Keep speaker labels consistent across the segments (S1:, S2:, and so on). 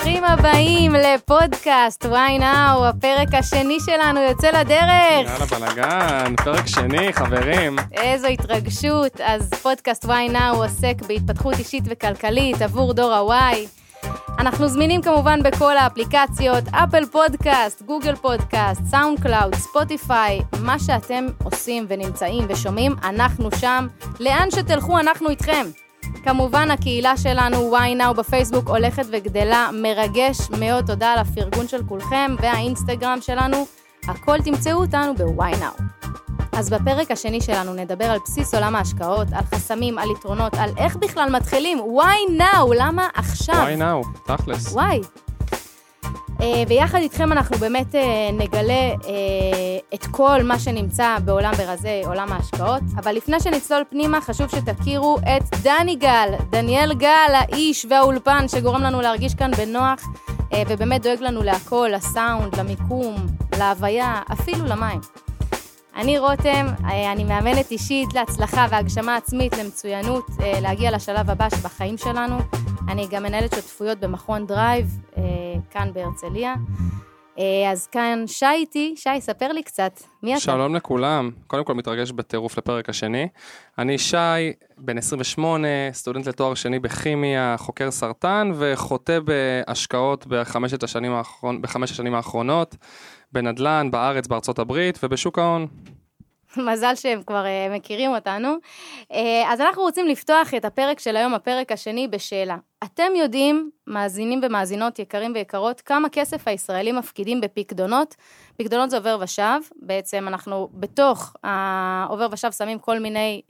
S1: ברוכים הבאים לפודקאסט Why Now, הפרק השני שלנו יוצא לדרך.
S2: יאללה בלגן, פרק שני, חברים.
S1: איזו התרגשות. אז פודקאסט Why Now עוסק בהתפתחות אישית וכלכלית עבור דור ה-Y. אנחנו זמינים כמובן בכל האפליקציות, אפל פודקאסט, גוגל פודקאסט, סאונד קלאוד, ספוטיפיי, מה שאתם עושים ונמצאים ושומעים, אנחנו שם. לאן שתלכו אנחנו איתכם. כמובן הקהילה שלנו Why Now בפייסבוק הולכת וגדלה, מרגש מאוד, תודה על הפרגון של כולכם, והאינסטגרם שלנו, הכל תמצאו אותנו ב-Why Now. אז בפרק השני שלנו נדבר על בסיס עולם ההשקעות, על חסמים, על יתרונות, על איך בכלל מתחילים, Why Now, למה עכשיו?
S2: Why Now, תכלס.
S1: Why? ויחד איתכם אנחנו באמת נגלה את כל מה שנמצא בעולם ברזי עולם ההשקעות, אבל לפני שנצלול פנימה חשוב שתכירו את דני גל, דניאל גל, האיש והאולפן שגורם לנו להרגיש כאן בנוח, ובאמת דואג לנו להכל, לסאונד, למיקום, להוויה, אפילו למים. אני רותם, אני מאמנת אישית להצלחה והגשמה עצמית למצוינות, להגיע לשלב הבא שבחיים שלנו. אני גם מנהלת שותפויות במכון דרייב, כאן בהרצליה. אז כאן שי איתי, שי, ספר לי קצת, מי אתה?
S2: שלום לכולם, קודם כל מתרגש בטירוף לפרק השני. אני שי, בן 28, סטודנט לתואר שני בכימיה, חוקר סרטן, וחוטא בהשקעות בחמש השנים האחרונות, בנדלן, בארץ, בארצות הברית ובשוק ההון.
S1: מזל שהם כבר מכירים אותנו. אז אנחנו רוצים לפתוח את הפרק של היום, הפרק השני, בשאלה. אתם יודעים, מאזינים ומאזינות יקרים ויקרות, כמה כסף הישראלים מפקידים בפיקדונות? פיקדונות זה עובר ושב, בעצם אנחנו בתוך העובר ושב שמים כל מיני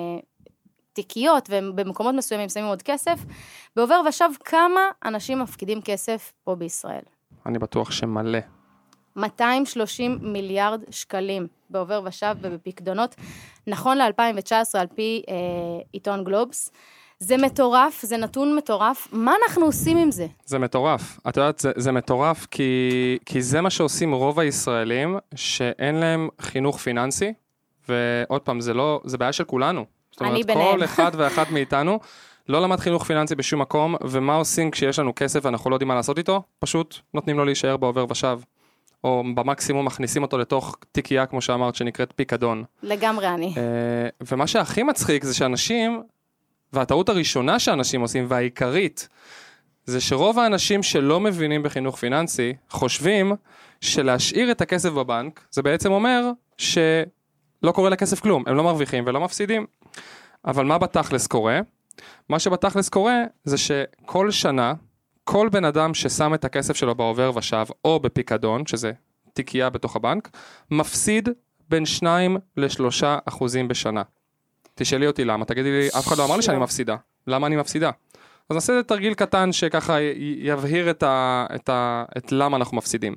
S1: תיקיות, ובמקומות מסוימים שמים עוד כסף. בעובר ושב כמה אנשים מפקידים כסף פה בישראל?
S2: אני בטוח שמלא.
S1: 230 מיליארד שקלים בעובר ושב ובפיקדונות, נכון ל-2019 על פי עיתון גלובס. זה מטורף, זה נתון מטורף. מה אנחנו עושים עם זה?
S2: זה מטורף. את יודעת, זה מטורף כי זה מה שעושים רוב הישראלים, שאין להם חינוך פיננסי, ועוד פעם, זה בעיה של כולנו. זאת אומרת, כל אחד ואחת מאיתנו לא למד חינוך פיננסי בשום מקום, ומה עושים כשיש לנו כסף ואנחנו לא יודעים מה לעשות איתו? פשוט נותנים לו להישאר בעובר ושב. או במקסימום מכניסים אותו לתוך תיקייה, כמו שאמרת, שנקראת פיקדון.
S1: לגמרי אני.
S2: ומה שהכי מצחיק זה שאנשים, והטעות הראשונה שאנשים עושים, והעיקרית, זה שרוב האנשים שלא מבינים בחינוך פיננסי, חושבים שלהשאיר את הכסף בבנק, זה בעצם אומר שלא קורה לכסף כלום, הם לא מרוויחים ולא מפסידים. אבל מה בתכלס קורה? מה שבתכלס קורה זה שכל שנה, כל בן אדם ששם את הכסף שלו בעובר ושב או בפיקדון, שזה תיקייה בתוך הבנק, מפסיד בין 2-3% בשנה. תשאלי אותי למה, תגידי לי, אף אחד לא אמר לי שאני מפסידה. למה אני מפסידה? אז נעשה את תרגיל קטן שככה יבהיר את למה אנחנו מפסידים.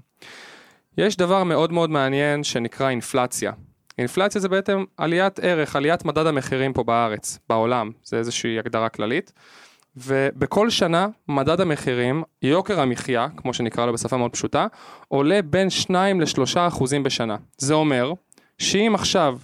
S2: יש דבר מאוד מאוד מעניין שנקרא אינפלציה. אינפלציה זה בעצם עליית ערך, עליית מדד המחירים פה בארץ, בעולם. זה איזושהי הגדרה כללית. ובכל שנה מדד המחירים, יוקר המחיה, כמו שנקרא לו בשפה מאוד פשוטה, עולה בין 2-3% בשנה. זה אומר שאם עכשיו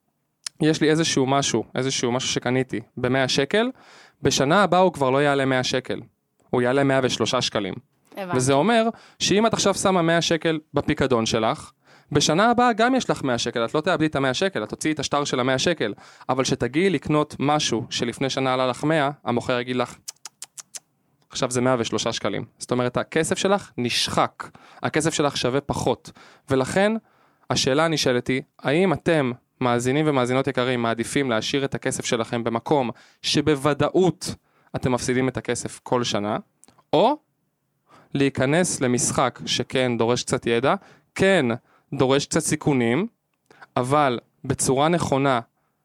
S2: יש לי איזשהו משהו שקניתי ב100 שקל, בשנה הבאה הוא כבר לא יעלה 100 שקל, הוא יעלה 103 שקלים. הבנתי. וזה אומר שאם את עכשיו שמה 100 שקל בפיקדון שלך, בשנה הבאה גם יש לך 100 שקל, את לא תאבדי את ה100 שקל, את תוציאי את השטר של ה100 שקל, אבל שתגיעי לקנות משהו שלפני שנה עלה לך 100, המוכר יגיד לך, עכשיו זה 103 שקלים. זאת אומרת, הכסף שלך נשחק, הכסף שלך שווה פחות, ולכן השאלה נשאלת היא, האם אתם, מאזינים ומאזינות יקרים, מעדיפים להשאיר את הכסף שלכם במקום שבוודאות אתם מפסידים את הכסף כל שנה, או להיכנס למשחק שכן דורש קצת ידע, כן דורש קצת סיכונים, אבל בצורה נכונה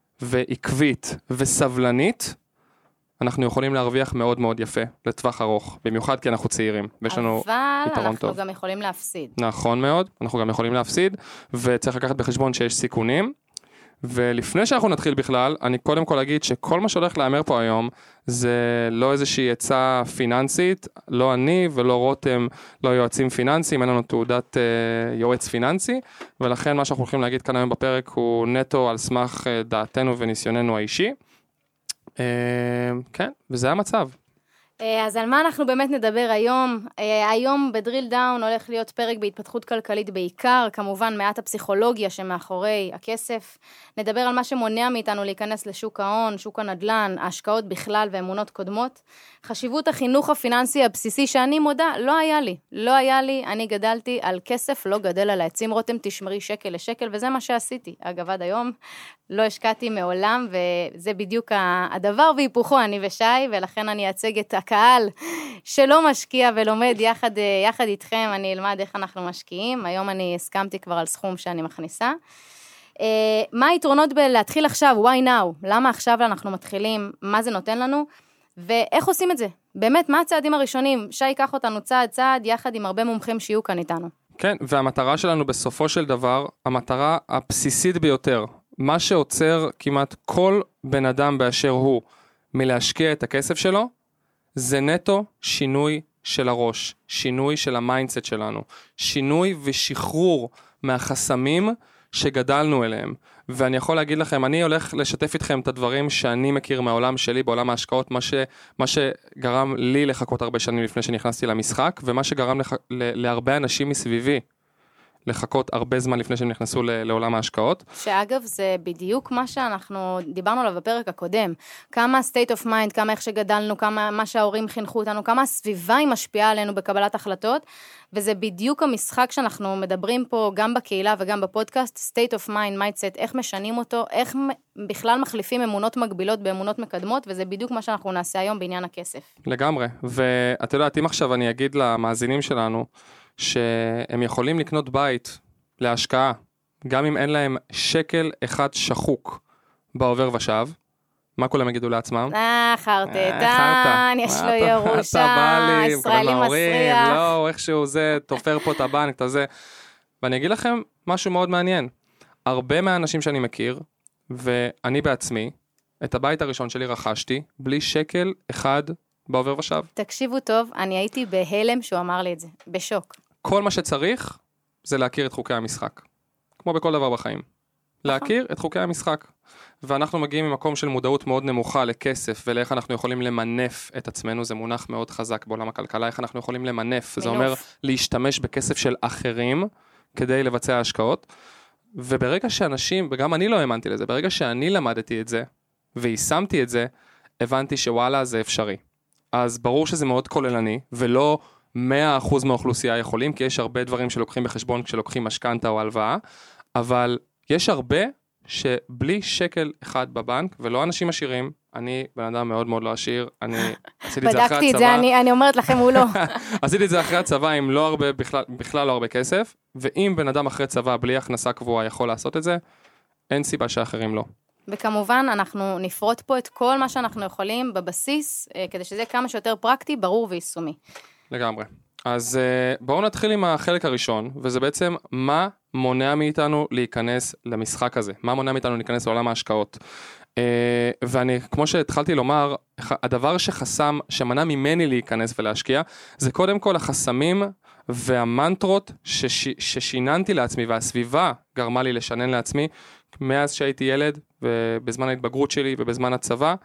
S2: ועקבית וסבלנית, אנחנו יכולים להרוויח מאוד מאוד יפה לטווח ארוך, במיוחד כי אנחנו צעירים, ויש לנו יתרון טוב.
S1: אבל אנחנו גם יכולים להפסיד.
S2: נכון מאוד, אנחנו גם יכולים להפסיד, וצריך לקחת בחשבון שיש סיכונים, ולפני שאנחנו נתחיל בכלל, אני קודם כל אגיד שכל מה שהולך לאמר פה היום, זה לא איזושהי עצה פיננסית, לא אני ולא רותם, לא יועצים פיננסיים, אין לנו תעודת יועץ פיננסי, ולכן מה שאנחנו הולכים להגיד כאן היום בפרק הוא נטו על סמך דעתנו וניסיוננו האישי. כן, וזה המצב.
S1: אז על מה אנחנו באמת נדבר היום? היום בדריל דאון הולך להיות פרק בהתפתחות כלכלית בעיקר, כמובן מעט הפסיכולוגיה שמאחורי הכסף. נדבר על מה שמונע מאיתנו להיכנס לשוק ההון, שוק הנדל"ן, ההשקעות בכלל ואמונות קודמות. חשיבות החינוך הפיננסי הבסיסי שאני מודה, לא היה לי, אני גדלתי על כסף, לא גדל על העצים, רותם תשמרי שקל לשקל, וזה מה שעשיתי. אגב, עד היום לא השקעתי מעולם, וזה בדיוק הדבר והיפוכו, אני ושי, ולכן אני אצג את הקהל שלא משקיע ולומד יחד איתכם, אני אלמד איך אנחנו משקיעים. היום אני הסכמתי כבר על סכום שאני מכניסה. מה היתרונות בלהתחיל עכשיו? Why now? למה עכשיו אנחנו מתחילים? מה זה נותן לנו? ואיך עושים את זה? באמת, מה הצעדים הראשונים? שי ייקח אותנו צעד צעד, יחד עם הרבה מומחים שיהיו כאן איתנו.
S2: כן, והמטרה שלנו בסופו של דבר, המטרה הבסיסית ביותר, מה שעוצר כמעט כל בן אדם באשר הוא מלהשקיע את הכסף שלו, זה נטו שינוי של הראש, שינוי של המיינדסט שלנו, שינוי ושחרור מהחסמים שגדלנו אליהם. ואני יכול להגיד לכם, אני הולך לשתף איתכם את הדברים שאני מכיר מהעולם שלי, בעולם ההשקעות, מה שגרם לי לחכות הרבה שנים לפני שנכנסתי למשחק, ומה שגרם להרבה אנשים מסביבי לחכות הרבה זמן לפני שהם נכנסו לעולם ההשקעות.
S1: שאגב, זה בדיוק מה שאנחנו דיברנו עליו בפרק הקודם. כמה state of mind, כמה איך שגדלנו, כמה מה שההורים חינכו אותנו, כמה הסביבה היא משפיעה עלינו בקבלת החלטות, וזה בדיוק המשחק שאנחנו מדברים פה גם בקהילה וגם בפודקאסט, state of mind, mindset, איך משנים אותו, איך בכלל מחליפים אמונות מגבילות באמונות מקדמות, וזה בדיוק מה שאנחנו נעשה היום בעניין הכסף.
S2: לגמרי, ואת יודעת, אם עכשיו אני אגיד למאזינים שלנו, שהם יכולים לקנות בית להשקעה, גם אם אין להם שקל אחד שחוק בעובר ושב, מה כולם יגידו לעצמם?
S1: חרטטן, יש לו ירושה, ישראלי מסריח.
S2: לא, איכשהו זה, תופר פה את הבנק, את זה. ואני אגיד לכם משהו מאוד מעניין. הרבה מהאנשים שאני מכיר, ואני בעצמי, את הבית הראשון שלי רכשתי, בלי שקל אחד בעובר ושב.
S1: תקשיבו טוב, אני הייתי בהלם שהוא אמר לי את זה, בשוק.
S2: כל מה שצריך זה להכיר את חוקי המשחק. כמו בכל דבר בחיים. להכיר את חוקי המשחק. ואנחנו מגיעים ממקום של מודעות מאוד נמוכה לכסף, ולאיך אנחנו יכולים למנף את עצמנו, זה מונח מאוד חזק בעולם הכלכלה, איך אנחנו יכולים למנף, זה אומר להשתמש בכסף של אחרים, כדי לבצע השקעות, וברגע שאנשים, וגם אני לא האמנתי לזה, ברגע שאני למדתי את זה, ויישמתי את זה, הבנתי שוואלה זה אפשרי. אז ברור שזה מאוד כוללני, ולא 100% מהאוכלוסייה יכולים, כי יש הרבה דברים שלוקחים בחשבון כשלוקחים משכנתא או הלוואה, אבל יש הרבה שבלי שקל אחד בבנק, ולא אנשים עשירים, אני בן אדם מאוד מאוד לא עשיר, אני עשיתי את זה אחרי הצבא.
S1: בדקתי את זה, אני אומרת לכם, הוא לא.
S2: עשיתי את זה אחרי הצבא עם לא הרבה, בכלל לא הרבה כסף, ואם בן אדם אחרי צבא בלי הכנסה קבועה יכול לעשות את זה, אין סיבה שאחרים לא.
S1: וכמובן, אנחנו נפרוט פה את כל מה שאנחנו יכולים בבסיס, כדי שזה כמה שיותר פרקטי, ברור ויישומי.
S2: לגמרי. אז בואו נתחיל עם החלק הראשון, וזה בעצם מה מונע מאיתנו להיכנס למשחק הזה, מה מונע מאיתנו להיכנס לעולם ההשקעות. ואני, כמו שהתחלתי לומר, הדבר שמנע ממני להיכנס ולהשקיע, זה קודם כל החסמים והמנטרות ששיננתי לעצמי, והסביבה גרמה לי לשנן לעצמי, מאז שהייתי ילד, ובזמן ההתבגרות שלי ובזמן הצבא,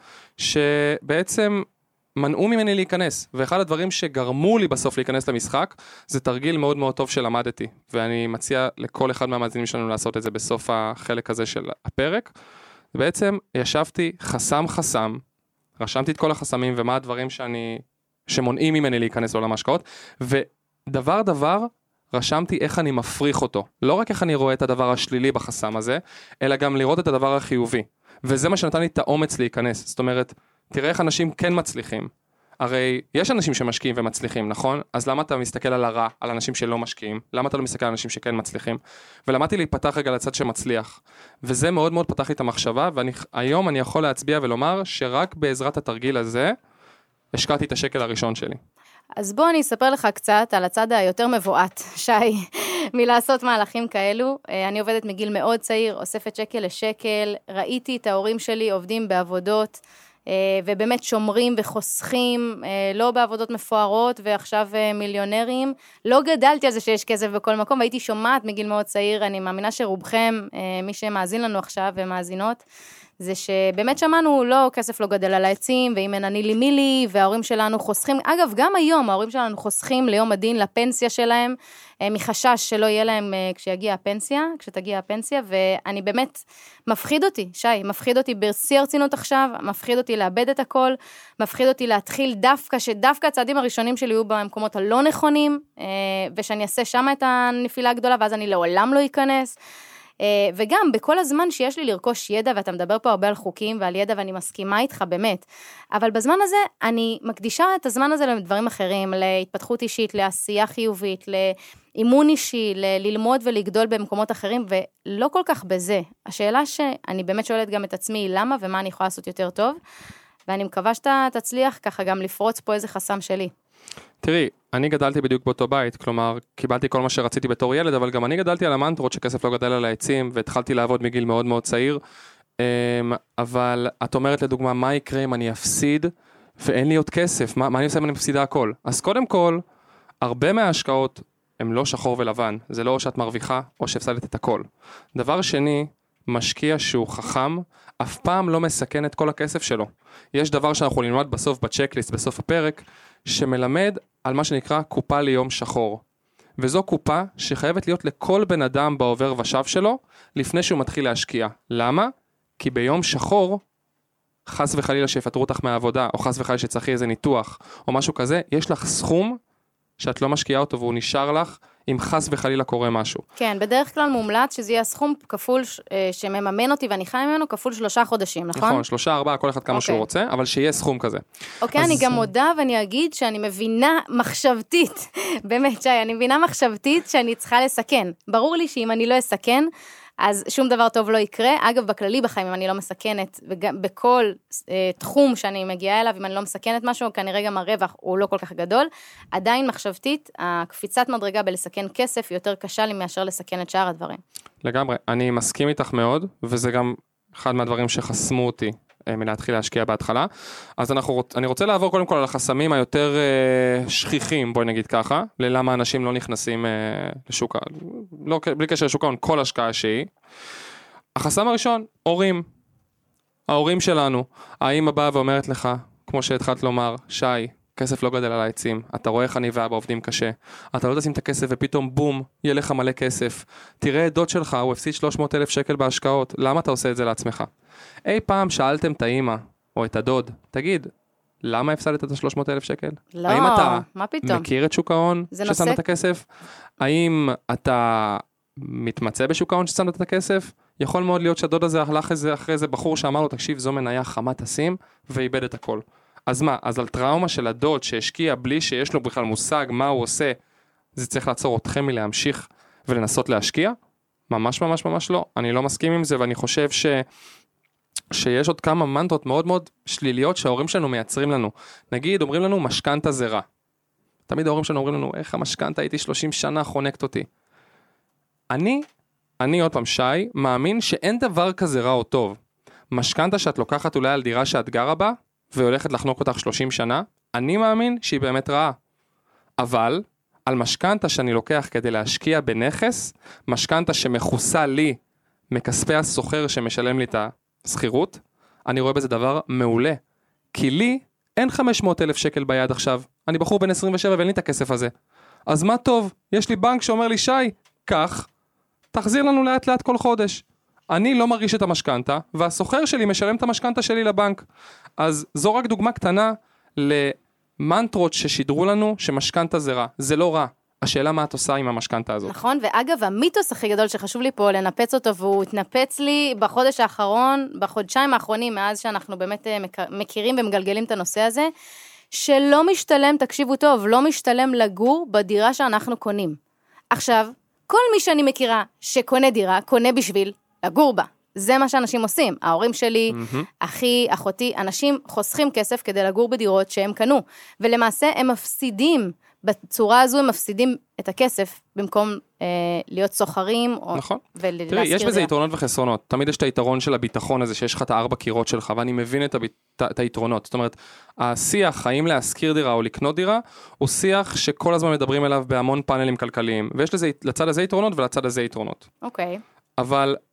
S2: שבעצם מנעו ממני להיכנס, ואחד הדברים שגרמו לי בסוף להיכנס למשחק, זה תרגיל מאוד מאוד טוב שלמדתי, ואני מציע לכל אחד מהמאזינים שלנו לעשות את זה בסוף החלק הזה של הפרק. בעצם ישבתי חסם, רשמתי את כל החסמים, ומה הדברים שמונעים ממני להיכנס לעולם ההשקעות, ודבר רשמתי איך אני מפריך אותו, לא רק איך אני רואה את הדבר השלילי בחסם הזה, אלא גם לראות את הדבר החיובי, וזה מה שנתן לי את האומץ להיכנס. זאת אומרת, תראה איך אנשים כן מצליחים. הרי יש אנשים שמשקיעים ומצליחים, נכון? אז למה אתה מסתכל על הרע, על אנשים שלא משקיעים? למה אתה לא מסתכל על אנשים שכן מצליחים? ולמדתי להיפתח רגע לצד שמצליח. וזה מאוד מאוד פתח לי את המחשבה, והיום אני יכול להצביע ולומר שרק בעזרת התרגיל הזה, השקעתי את השקל הראשון שלי.
S1: אז בוא אני אספר לך קצת על הצד היותר מבועת, שי, מלעשות מהלכים כאלו. אני עובדת מגיל מאוד צעיר, אוספת שקל לשקל, ראיתי את ההורים שלי עובדים בעבודות, ובאמת שומרים וחוסכים, לא בעבודות מפוארות, ועכשיו מיליונרים. לא גדלתי על זה שיש כסף בכל מקום, והייתי שומעת מגיל מאוד צעיר, אני מאמינה שרובכם, מי שמאזין לנו עכשיו ומאזינות, זה שבאמת שמענו, לא, כסף לא גדל על העצים, ואם אין אני לי מי לי, וההורים שלנו חוסכים, אגב, גם היום ההורים שלנו חוסכים ליום הדין לפנסיה שלהם, מחשש שלא יהיה להם כשתגיע הפנסיה, ואני באמת, מפחיד אותי, שי, מפחיד אותי בשיא הרצינות עכשיו, מפחיד אותי לאבד את הכל, מפחיד אותי להתחיל שדווקא הצעדים הראשונים שלי יהיו במקומות הלא נכונים, ושאני אעשה שם את הנפילה הגדולה, ואז אני לעולם לא אכנס, וגם בכל הזמן שיש לי לרכוש ידע, ואתה מדבר פה הרבה על חוקים ועל ידע, ואני מסכימה איתך באמת, אבל בזמן הזה אני מקדישה את הזמן הזה לדברים אחרים, להתפתחות אישית, לעשייה חיובית, לאימון אישי, ללמוד ולגדול במקומות אחרים, ולא כל כך בזה. השאלה שאני באמת שואלת גם את עצמי, למה ומה אני יכולה לעשות יותר טוב, ואני מקווה שאתה תצליח ככה גם לפרוץ פה איזה חסם שלי.
S2: תראי, אני גדלתי בדיוק באותו בית, כלומר, קיבלתי כל מה שרציתי בתור ילד, אבל גם אני גדלתי על המנטרות שכסף לא גדל על העצים, והתחלתי לעבוד מגיל מאוד מאוד צעיר, אבל את אומרת לדוגמה, מה יקרה אם אני אפסיד, ואין לי עוד כסף, מה אני עושה אם אני מפסידה הכל? אז קודם כל, הרבה מההשקעות הם לא שחור ולבן, זה לא או שאת מרוויחה, או שהפסדת את הכל. דבר שני, משקיע שהוא חכם, אף פעם לא מסכן את כל הכסף שלו. יש דבר שאנחנו נלמד בסוף בצ'קליסט, בסוף הפרק, שמלמד על מה שנקרא קופה ליום שחור. וזו קופה שחייבת להיות לכל בן אדם בעובר ושב שלו, לפני שהוא מתחיל להשקיע. למה? כי ביום שחור, חס וחלילה שיפטרו אותך מהעבודה, או חס וחלילה שצריכי איזה ניתוח, או משהו כזה, יש לך סכום שאת לא משקיעה אותו, והוא נשאר לך, אם חס וחלילה קורה משהו.
S1: כן, בדרך כלל מומלץ שזה יהיה סכום כפול שמממן אותי ואני חי ממנו כפול 3 חודשים, נכון?
S2: נכון, 3, 4, כל אחד כמה שהוא רוצה, אבל שיהיה סכום כזה.
S1: אוקיי, אני גם מודה ואני אגיד שאני מבינה מחשבתית, באמת שי, אני מבינה מחשבתית שאני צריכה לסכן. ברור לי שאם אני לא אסכן, אז שום דבר טוב לא יקרה. אגב, בכללי בחיים, אם אני לא מסכנת, בכל תחום שאני מגיעה אליו, אם אני לא מסכנת משהו, כנראה גם הרווח הוא לא כל כך גדול. עדיין מחשבתית, הקפיצת מדרגה בלסכן כסף היא יותר קשה לי מאשר לסכן את שאר הדברים.
S2: לגמרי, אני מסכים איתך מאוד, וזה גם אחד מהדברים שחסמו אותי מלהתחיל להשקיע בהתחלה. אז אני רוצה לעבור קודם כל על החסמים היותר שכיחים, בואי נגיד ככה, ללמה אנשים לא נכנסים לשוק, לא, בלי קשר לשוק ההון, כל השקעה שהיא. החסם הראשון, הורים. ההורים שלנו, האמא באה ואומרת לך, כמו שהתחלת לומר, שי, כסף לא גדל על העצים, אתה רואה איך אני ואבא עובדים קשה, אתה לא תשים את הכסף ופתאום בום, יהיה לך מלא כסף, תראה את דוד שלך, הוא הפסיד 300,000 שקל בהשקעות, למה אתה עושה את זה לעצמך? אי פעם שאלתם את האמא או את הדוד, תגיד, למה הפסדת את 300,000 שקל?
S1: לא,
S2: האם אתה
S1: מה פתאום?
S2: מכיר את שוק ההון ששמת את הכסף? האם אתה מתמצא בשוק ההון ששמת את הכסף? יכול מאוד להיות שהדוד הזה הלך אחרי איזה בחור שאמר לו, תקשיב, זו מניה חמה תשים, ואיבד את הכל. אז מה? אז על טראומה של הדוד שהשקיע בלי שיש לו בכלל מושג מה הוא עושה, זה צריך לעצור אתכם מלהמשיך ולנסות להשקיע? ממש ממש ממש לא. אני לא מסכים עם זה, ואני חושב שיש עוד כמה מנטרות מאוד מאוד שליליות שההורים שלנו מייצרים לנו. נגיד, אומרים לנו, משכנתה זה רע. תמיד ההורים שלנו אומרים לנו, איך המשכנתה הייתי 30 שנה חונקת אותי. אני עוד פעם שי, מאמין שאין דבר כזה רע או טוב. משכנתה שאת לוקחת אולי על דירה שאת גרה בה, והולכת לחנוק אותך 30 שנה, אני מאמין שהיא באמת רעה. אבל, על משכנתה שאני לוקח כדי להשקיע בנכס, משכנתה שמחוסה לי מכספי הסוחר שמשלם לי את הסחירות, אני רואה בזה דבר מעולה. כי לי אין 500,000 שקל ביד עכשיו. אני בחור בן 27 ואין לי את הכסף הזה. אז מה טוב? יש לי בנק שאומר לי, שי, כך, תחזיר לנו לאט לאט כל חודש. אני לא מרגיש את המשכנתה, והסוחר שלי משלם את המשכנתה שלי לבנק. אז זו רק דוגמה קטנה למנטרות ששידרו לנו שמשכנתה זה רע. זה לא רע. השאלה מה את עושה עם המשכנתה הזאת.
S1: נכון, ואגב, המיתוס הכי גדול שחשוב לי פה לנפץ אותו, והוא התנפץ לי בחודש האחרון, בחודשיים האחרונים, מאז שאנחנו באמת מכירים ומגלגלים את הנושא הזה, שלא משתלם, תקשיבו טוב, לא משתלם לגור בדירה שאנחנו קונים. עכשיו, כל מי שאני מכירה שקונה דירה, קונה בשביל לגור בה. זה מה שאנשים עושים. ההורים שלי, אחי, אחותי, אנשים חוסכים כסף כדי לגור בדירות שהם קנו. ולמעשה הם מפסידים, בצורה הזו הם מפסידים את הכסף, במקום להיות סוחרים.
S2: נכון. תראי, יש בזה יתרונות וחסרונות. תמיד יש את היתרון של הביטחון הזה, שיש לך את 4 קירות שלך, ואני מבין את היתרונות. זאת אומרת, השיח, האם להשכיר דירה או לקנות דירה, הוא שיח שכל הזמן מדברים אליו בהמון פאנלים כלכליים. ויש לצד הזה יתרונות ולצד הזה יתרונות.
S1: אוקיי.
S2: אבל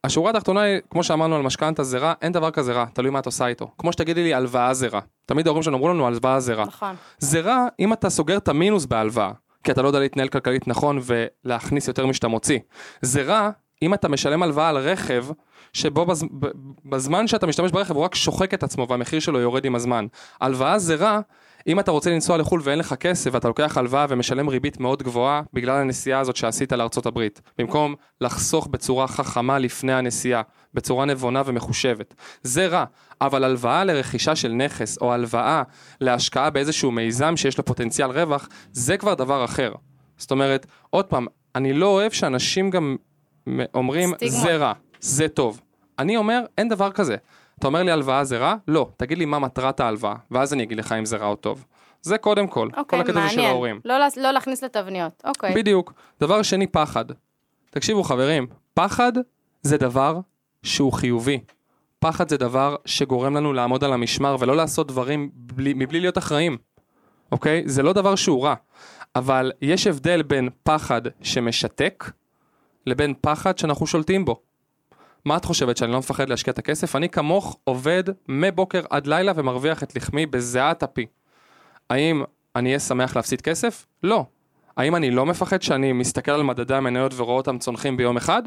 S2: השורה התחתונה היא, כמו שאמרנו על משכנתא זה רע, אין דבר כזה רע, תלוי מה את עושה איתו. כמו שתגידי לי, הלוואה זה רע. תמיד ההורים שלנו אמרו לנו, הלוואה זה רע.
S1: נכון.
S2: זה רע אם אתה סוגר את המינוס בהלוואה, כי אתה לא יודע להתנהל כלכלית נכון ולהכניס יותר משאתה מוציא. זה רע אם אתה משלם הלוואה על רכב, שבו בזמן שאתה משתמש ברכב הוא רק שוחק את עצמו והמחיר שלו יורד עם הזמן. הלוואה זה רע אם אתה רוצה לנסוע לחול ואין לך כסף ואתה לוקח הלוואה ומשלם ריבית מאוד גבוהה בגלל הנסיעה הזאת שעשית לארצות הברית, במקום לחסוך בצורה חכמה לפני הנסיעה, בצורה נבונה ומחושבת. זה רע, אבל הלוואה לרכישה של נכס או הלוואה להשקעה באיזשהו מיזם שיש לו פוטנציאל רווח, זה כבר דבר אחר. זאת אומרת, עוד פעם, אני לא אוהב שאנשים גם אומרים זה רע, זה טוב. אני אומר, אין דבר כזה. אתה אומר לי הלוואה זה רע? לא. תגיד לי מה מטרת ההלוואה, ואז אני אגיד לך אם זה רע או טוב. זה קודם כל. כל הקטע זה של ההורים.
S1: לא להכניס לתבניות. אוקיי.
S2: בדיוק. דבר שני, פחד. תקשיבו חברים, פחד זה דבר שהוא חיובי. פחד זה דבר שגורם לנו לעמוד על המשמר ולא לעשות דברים מבלי להיות אחראים. אוקיי? זה לא דבר שהוא רע. אבל יש הבדל בין פחד שמשתק לבין פחד שאנחנו שולטים בו. מה את חושבת, שאני לא מפחד להשקיע את הכסף? אני כמוך עובד מבוקר עד לילה ומרוויח את לחמי בזיעת אפי. האם אני אהיה שמח להפסיד כסף? לא. האם אני לא מפחד שאני מסתכל על מדדי המניות ורואה אותם צונחים ביום אחד?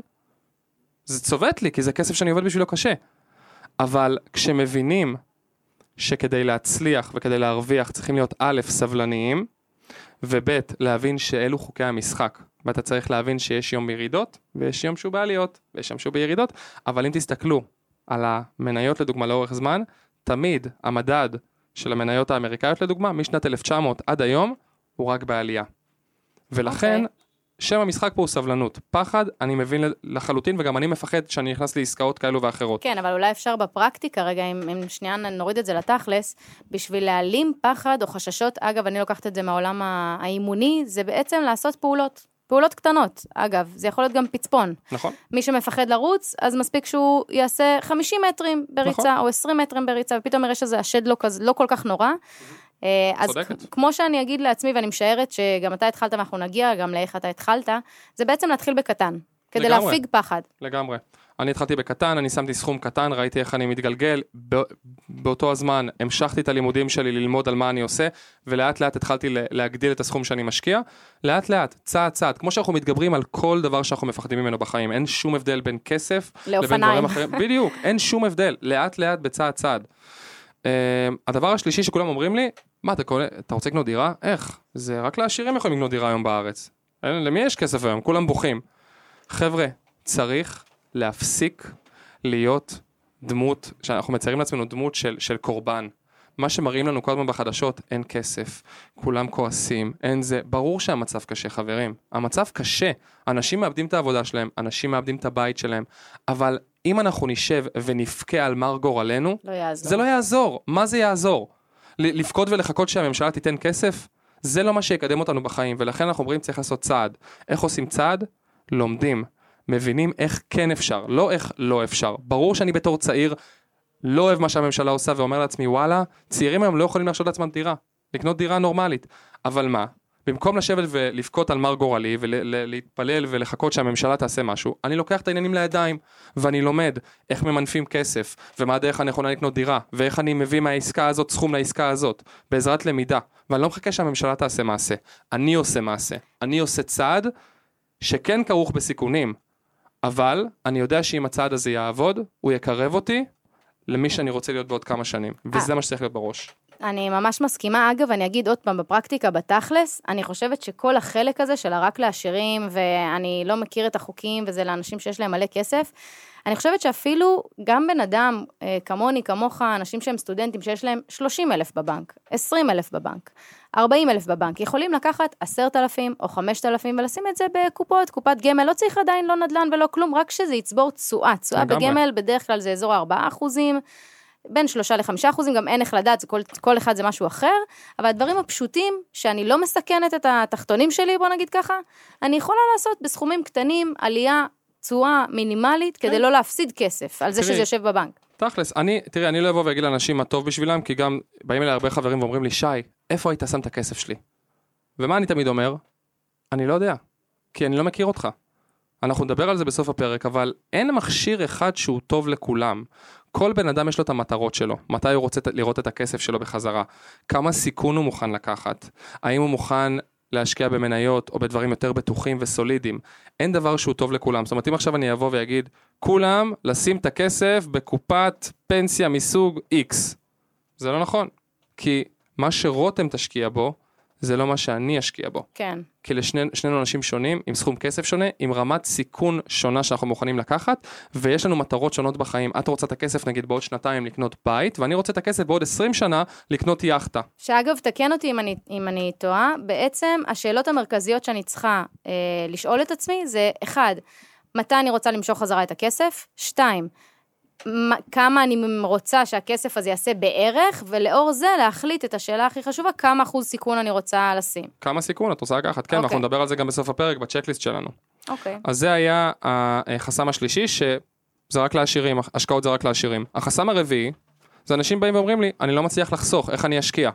S2: זה צובט לי, כי זה כסף שאני עובד בשבילו קשה. אבל כשמבינים שכדי להצליח וכדי להרוויח צריכים להיות א', סבלניים, וב', להבין שאלו חוקי המשחק. ואתה צריך להבין שיש יום בירידות, ויש יום שהוא בעליות, ויש יום שהוא בירידות, אבל אם תסתכלו על המניות לדוגמה לאורך זמן, תמיד המדד של המניות האמריקאיות לדוגמה, משנת 1900 עד היום, הוא רק בעלייה. ולכן, שם המשחק פה הוא סבלנות. פחד, אני מבין לחלוטין, וגם אני מפחד שאני נכנס לעסקאות כאלו ואחרות.
S1: כן, אבל אולי אפשר בפרקטיקה, רגע, אם שנייה נוריד את זה לתכלס, בשביל להעלים פחד או חששות, אגב, אני לוקחת את זה מהעולם האימוני, זה בעצם לעשות פעולות קטנות. אגב, זה יכול להיות גם פצפון.
S2: נכון.
S1: מי שמפחד לרוץ, אז מספיק שהוא יעשה 50 מטרים בריצה, נכון. או 20 מטרים בריצה, ופתאום יראה שזה השד לא כל כך נורא. אז כמו שאני אגיד לעצמי, ואני משערת שגם אתה התחלת, ואנחנו נגיע גם לאיך אתה התחלת, זה בעצם להתחיל בקטן, כדי להפיג פחד.
S2: לגמרי. אני התחלתי בקטן, אני שמתי סכום קטן, ראיתי איך אני מתגלגל, באותו הזמן המשכתי את הלימודים שלי ללמוד על מה אני עושה, ולאט לאט התחלתי להגדיל את הסכום שאני משקיע, לאט לאט, צעד צעד, כמו שאנחנו מתגברים על כל דבר שאנחנו מפחדים ממנו בחיים, אין שום הבדל בין כסף לבין דברים אחרים, בדיוק, אין שום הבדל, לאט לאט בצעד צעד. הדבר השלישי שכולם אומרים לי, מה, אתה רוצה לקנות דירה? איך? זה רק לעשירים יכולים לקנות דירה היום בארץ. למי יש כסף היום? כולם בוכים. חבר'ה, צריך להפסיק להיות דמות, שאנחנו מציירים לעצמנו דמות של קורבן. מה שמראים לנו כל הזמן בחדשות, אין כסף, כולם כועסים, אין זה. ברור שהמצב קשה, חברים. המצב קשה. אנשים מאבדים את העבודה שלהם, אנשים מאבדים את הבית שלהם, אבל אם אנחנו נשב ונפקע על מר גורלנו, זה לא יעזור. מה זה יעזור? לפקוד ולחכות שהממשלה תיתן כסף? זה לא מה שיקדם אותנו בחיים, ולכן אנחנו אומרים צריך לעשות צעד. איך עושים צעד? לומדים. מבינים איך כן אפשר, לא איך לא אפשר. ברור שאני בתור צעיר לא אוהב מה שהממשלה עושה ואומר לעצמי, וואלה, צעירים היום לא יכולים להרשות לעצמם דירה, לקנות דירה נורמלית. אבל מה? במקום לשבת ולפקות על מר גורלי ולהתפלל ולחכות שהממשלה תעשה משהו, אני לוקח את העניינים לידיים ואני לומד איך ממנפים כסף ומה הדרך הנכונה לקנות דירה ואיך אני מביא מהעסקה הזאת סכום לעסקה הזאת בעזרת למידה. ואני לא מחכה שהממשלה תעשה מעשה. אני עושה מעשה. אני עושה צעד שכן כרוך בסיכונים. אבל אני יודע שאם הצעד הזה יעבוד, הוא יקרב אותי למי שאני רוצה להיות בעוד כמה שנים. וזה מה שצריך להיות בראש.
S1: אני ממש מסכימה. אגב, אני אגיד עוד פעם, בפרקטיקה, בתכלס, אני חושבת שכל החלק הזה של רק לעשירים, ואני לא מכיר את החוקים, וזה לאנשים שיש להם מלא כסף, אני חושבת שאפילו גם בן אדם, כמוני, כמוך, אנשים שהם סטודנטים, שיש להם 30,000 בבנק, 20,000 בבנק, 40,000 בבנק, יכולים לקחת 10,000 או 5,000 ולשים את זה בקופות, קופת גמל, לא צריך עדיין לא נדל"ן ולא כלום, רק שזה יצבור תשואה. תשואה בגמל בדרך כלל זה אזור 4%, בין 3-5%, גם אין איך לדעת, כל אחד זה משהו אחר, אבל הדברים הפשוטים, שאני לא מסכנת את התחתונים שלי, בוא נגיד ככה, אני יכולה לעשות בסכומים קטנים, עלייה, תשואה מינימלית, כדי לא להפסיד כסף, על זה שזה יושב בבנק.
S2: תכלס, אני לא אבוא ואגיד לאנשים מה טוב בשבילם, כי גם באים אליי הרבה חברים ואומרים לי, שי, איפה היית שם את הכסף שלי? ומה אני תמיד אומר? אני לא יודע, כי אני לא מכיר אותך. אנחנו נדבר על זה בסוף הפרק, אבל אין מכשיר אחד שהוא טוב לכולם. כל בן אדם יש לו את המטרות שלו, מתי הוא רוצה לראות את הכסף שלו בחזרה, כמה סיכון הוא מוכן לקחת, האם הוא מוכן להשקיע במניות או בדברים יותר בטוחים וסולידיים. אין דבר שהוא טוב לכולם. זאת אומרת, אם עכשיו אני אבוא ויגיד, כולם לשים את הכסף בקופת פנסיה מסוג X. זה לא נכון. כי מה שרותם תשקיע בו, זה לא מה שאני אשקיע בו.
S1: כן.
S2: כי לשנינו אנשים שונים, עם סכום כסף שונה, עם רמת סיכון שונה שאנחנו מוכנים לקחת, ויש לנו מטרות שונות בחיים. את רוצה את הכסף נגיד בעוד 2 לקנות בית, ואני רוצה את הכסף בעוד 20 שנה לקנות יאכטה.
S1: שאגב, תקן אותי אם אני טועה, בעצם השאלות המרכזיות שאני צריכה לשאול את עצמי, זה 1, מתי אני רוצה למשוך חזרה את הכסף? 2, כמה אני רוצה שהכסף הזה יעשה בערך, ולאור זה להחליט את השאלה הכי חשובה, כמה אחוז סיכון אני רוצה לשים.
S2: כמה סיכון את רוצה לקחת? כן, אנחנו נדבר על זה גם בסוף הפרק, בצ'קליסט שלנו. אז זה היה החסם השלישי, שזה רק לעשירים, השקעות זה רק לעשירים. החסם הרביעי, זה אנשים באים ואומרים לי, אני לא מצליח לחסוך, איך אני אשקיע?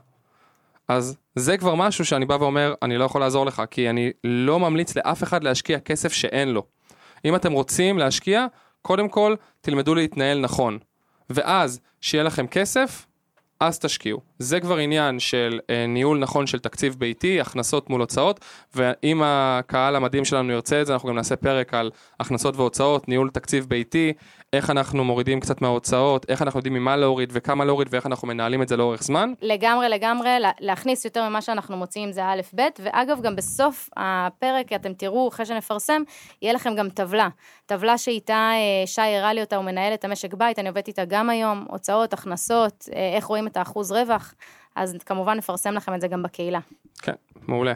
S2: אז זה כבר משהו שאני בא ואומר, אני לא יכול לעזור לך, כי אני לא ממליץ לאף אחד להשקיע כסף שאין לו. אם אתם רוצים להשקיע, קודם כל, תלמדו להתנהל נכון. ואז, שיהיה לכם כסף, אז תשקיעו. זה כבר עניין של ניהול נכון של תקציב ביתי, הכנסות מול הוצאות, ואם הקהל המדהים שלנו ירצה את זה, אנחנו גם נעשה פרק על הכנסות והוצאות, ניהול תקציב ביתי, איך אנחנו מורידים קצת מההוצאות, איך אנחנו יודעים ממה להוריד וכמה להוריד, ואיך אנחנו מנהלים את זה לאורך זמן.
S1: לגמרי, להכניס יותר ממה שאנחנו מוצאים זה א' ב', ואגב גם בסוף הפרק, אתם תראו, אחרי שנפרסם, יהיה לכם גם טבלה שאיתה שי הראה לי אותה, הוא מנהל את המשק בית, אני עובדת איתה גם היום, הוצאות, הכנסות, איך רואים את האחוז רווח, אז כמובן נפרסם לכם את זה גם בקהילה.
S2: כן, מעולה.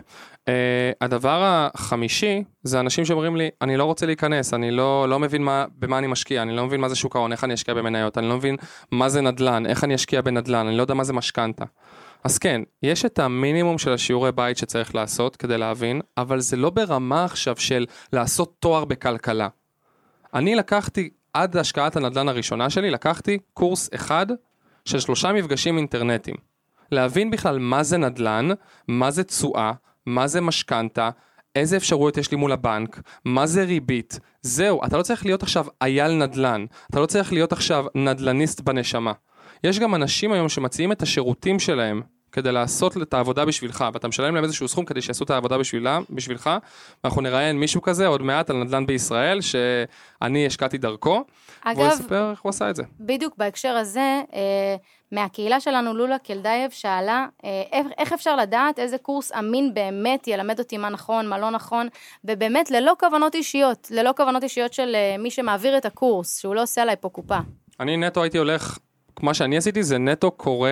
S2: הדבר החמישי, זה אנשים שאומרים לי, אני לא רוצה להיכנס, אני לא מבין במה אני משקיע, אני לא מבין מה זה שוק ההון, איך אני אשקיע במניות, אני לא מבין מה זה נדל"ן, איך אני אשקיע בנדל"ן, אני לא יודע מה זה משכנתה. אז כן, יש את המינימום של השיעורי בית שצריך לעשות כדי להבין, אבל זה לא ברמה עכשיו של לעשות תואר בכלכלה. אני לקחתי, עד השקעת הנדל"ן הראשונה שלי, לקחתי קורס אחד של 3 מפגשים אינטרנטיים. להבין בכלל מה זה נדל"ן, מה זה תשואה, מה זה משכנתה, איזה אפשרויות יש לי מול הבנק, מה זה ריבית. זהו, אתה לא צריך להיות עכשיו אייל נדל"ן, אתה לא צריך להיות עכשיו נדל"ניסט בנשמה. יש גם אנשים היום שמציעים את השירותים שלהם כדי לעשות את העבודה בשבילך, ואתה משלם להם איזשהו סכום כדי שיעשו את העבודה בשבילך, ואנחנו נראיין מישהו כזה עוד מעט על נדל"ן בישראל, שאני השקעתי דרכו, והוא יספר איך הוא עשה את זה.
S1: בדיוק בהקשר הזה, מהקהילה שלנו לולה קלדייב שאלה, איך אפשר לדעת איזה קורס אמין באמת ילמד אותי מה נכון, מה לא נכון, ובאמת ללא כוונות אישיות של מי שמעביר את הקורס, שהוא לא עושה עליי פה קופה.
S2: אני נטו הייתי הולך, מה שאני עשיתי זה נטו קורא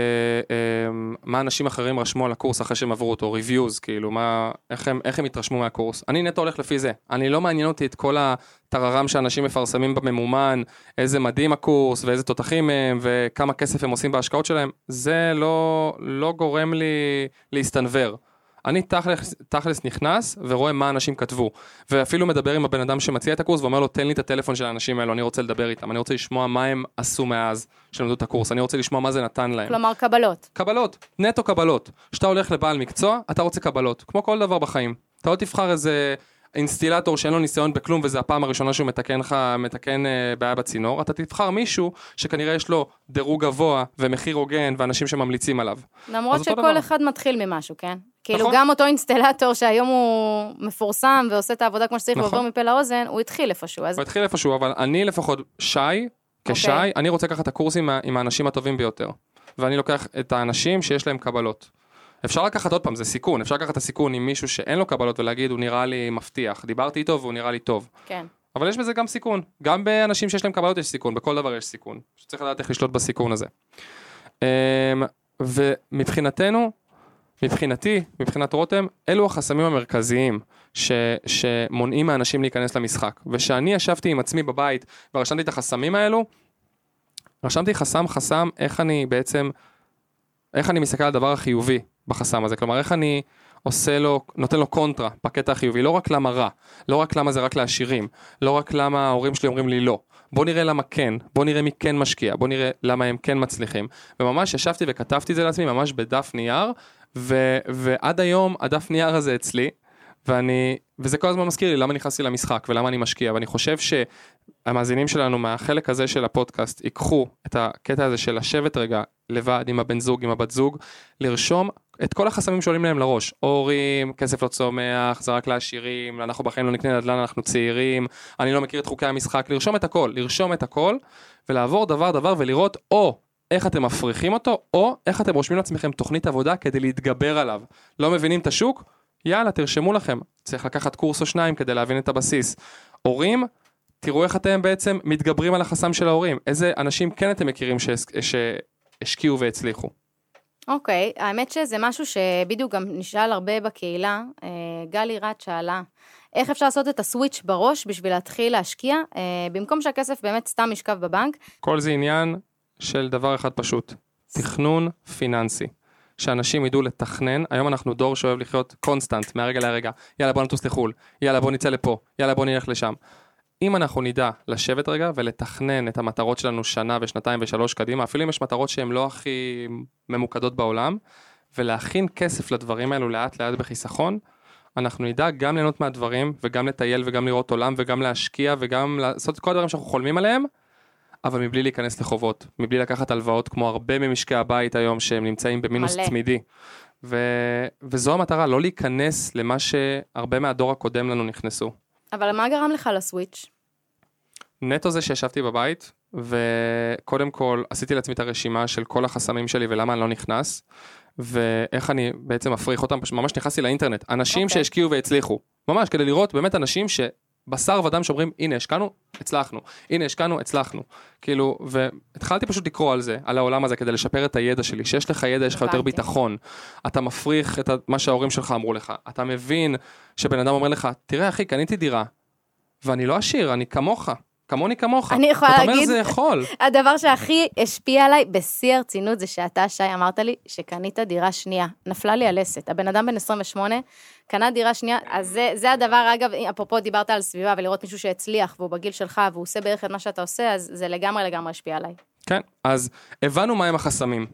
S2: מה אנשים אחרים רשמו על הקורס אחרי שהם עברו אותו, reviews, כאילו, איך הם התרשמו מהקורס. אני נטו הולך לפי זה. אני לא מעניין אותי את כל הטררם שאנשים מפרסמים בממומן, איזה מדהים הקורס ואיזה תותחים הם וכמה כסף הם עושים בהשקעות שלהם. זה לא גורם לי להסתנבר. אני תכלס נכנס ורואה מה אנשים כתבו, ואפילו מדבר עם הבן אדם שמציע את הקורס ואומר לו, תן לי את הטלפון של האנשים האלו, אני רוצה לדבר איתם, אני רוצה לשמוע מה הם עשו מאז שלמדו את הקורס, אני רוצה לשמוע מה זה נתן להם.
S1: כלומר, קבלות.
S2: קבלות, נטו קבלות. כשאתה הולך לבעל מקצוע, אתה רוצה קבלות, כמו כל דבר בחיים. אתה לא תבחר איזה אינסטילטור שאין לו ניסיון בכלום, וזה הפעם הראשונה שהוא מתקן בעיה בצינור, אתה תבחר מישהו שכנראה יש לו דירוג גבוה ומחיר הוגן ואנשים שממליצים עליו.
S1: למרות שכל אחד מתחיל ממשהו, כן? כאילו גם אותו אינסטלטור שהיום הוא מפורסם ועושה את העבודה כמו שצריך ועובר מפה לאוזן, הוא התחיל איפשהו.
S2: הוא התחיל איפשהו, אבל אני לפחות כשי, אני רוצה לקחת את הקורסים עם האנשים הטובים ביותר. ואני לוקח את האנשים שיש להם קבלות. אפשר לקחת עוד פעם, זה סיכון, אפשר לקחת את הסיכון עם מישהו שאין לו קבלות ולהגיד, הוא נראה לי מבטיח, דיברתי איתו והוא נראה לי טוב.
S1: כן.
S2: אבל יש בזה גם סיכון, גם באנשים שיש להם קבלות יש סיכון, בכל דבר יש סיכון, שצריך לדעת איך לשלוט בסיכון הזה. ומבחינתנו, מבחינת רותם, אלו החסמים המרכזיים שמונעים מהאנשים להיכנס למשחק. ושאני ישבתי עם עצמי בבית ורשמתי את החסמים האלו, רשמתי חסם, איך אני מסתכל על הדבר החיובי בחסם הזה, כלומר איך אני נותן לו קונטרה בקטע החיובי, לא רק למה רע, לא רק למה זה רק לעשירים, לא רק למה ההורים שלי אומרים לי לא, בוא נראה למה כן, בוא נראה מי כן משקיע, בוא נראה למה הם כן מצליחים, וממש ישבתי וכתבתי את זה לעצמי, ממש בדף נייר, ועד היום הדף נייר הזה אצלי, וזה כל הזמן מזכיר לי למה נכנסתי למשחק ולמה אני משקיע, ואני חושב שהמאזינים שלנו מהחלק הזה של הפודקאסט ייקחו את הקטע הזה של לשבת רגע לבד עם הבן זוג, עם הבת זוג, לרשום את כל החסמים שעולים להם לראש, הורים, כסף לא צומח, זה רק לעשירים, אנחנו בחיים לא נקנה נדל"ן, אנחנו צעירים, אני לא מכיר את חוקי המשחק, לרשום את הכל, ולעבור דבר ולראות או איך אתם מפריחים אותו, או איך אתם רושמים לעצמכם תוכנית עבודה כדי להתגבר עליו. לא מבינים את השוק? יאללה, תרשמו לכם. צריך לקחת קורס או שניים כדי להבין את הבסיס. הורים, תראו איך אתם בעצם מתגברים על החסם של ההורים. איזה אנשים כן אתם מכירים שהשקיעו והצליחו.
S1: אוקיי, האמת שזה משהו שבדיוק גם נשאל הרבה בקהילה. גלי רת שאלה, איך אפשר לעשות את הסוויץ' בראש בשביל להתחיל להשקיע, במקום שהכסף באמת סתם ישכב בבנק?
S2: כל זה עניין של דבר אחד פשוט, תכנון פיננסי. שאנשים ידעו לתכנן, היום אנחנו דור שאוהב לחיות קונסטנט, מהרגע להרגע, יאללה בוא נטוס לחול, יאללה בוא נצא לפה, יאללה בוא נלך לשם. אם אנחנו נדע לשבת רגע ולתכנן את המטרות שלנו שנה ושנתיים ושלוש קדימה, אפילו אם יש מטרות שהן לא הכי ממוקדות בעולם, ולהכין כסף לדברים האלו לאט לאט בחיסכון, אנחנו נדע גם ליהנות מהדברים, וגם לטייל וגם לראות עולם, וגם להשקיע וגם לעשות את כל הדברים שאנחנו חולמים עליהם, אבל מבלי להיכנס לחובות, מבלי לקחת הלוואות כמו הרבה ממשקי הבית היום שהם נמצאים במינוס תמידי. וזו המטרה, לא להיכנס למה שהרבה מהדור הקודם לנו נכנסו.
S1: אבל מה גרם לך לסוויץ'?
S2: נטו זה שישבתי בבית, וקודם כל עשיתי לעצמי את הרשימה של כל החסמים שלי ולמה אני לא נכנס, ואיך אני בעצם מפריך אותם, ממש נכנסתי לאינטרנט, אנשים שהשקיעו והצליחו, ממש כדי לראות באמת אנשים בשר ודם שאומרים, הנה, השקענו, הצלחנו. הנה, השקענו, הצלחנו. כאילו, והתחלתי פשוט לקרוא על זה, על העולם הזה, כדי לשפר את הידע שלי. שיש לך ידע, יש לך יותר ביטחון. אתה מפריך את מה שההורים שלך אמרו לך. אתה מבין שבן אדם אומר לך, תראה, אחי, קניתי דירה, ואני לא עשיר, אני כמוך. כמוך.
S1: אני יכולה להגיד,
S2: זה יכול.
S1: הדבר שהכי השפיע עליי בשיא הרצינות זה שאתה, שי, אמרת לי שקנית דירה שנייה. נפלה לי הלסת. הבן אדם בן 28 קנה דירה שנייה, אז זה הדבר, אגב, אפרופו דיברת על סביבה ולראות מישהו שהצליח והוא בגיל שלך והוא עושה בערך את מה שאתה עושה, אז זה לגמרי השפיע עליי.
S2: כן, אז הבנו מה הם החסמים.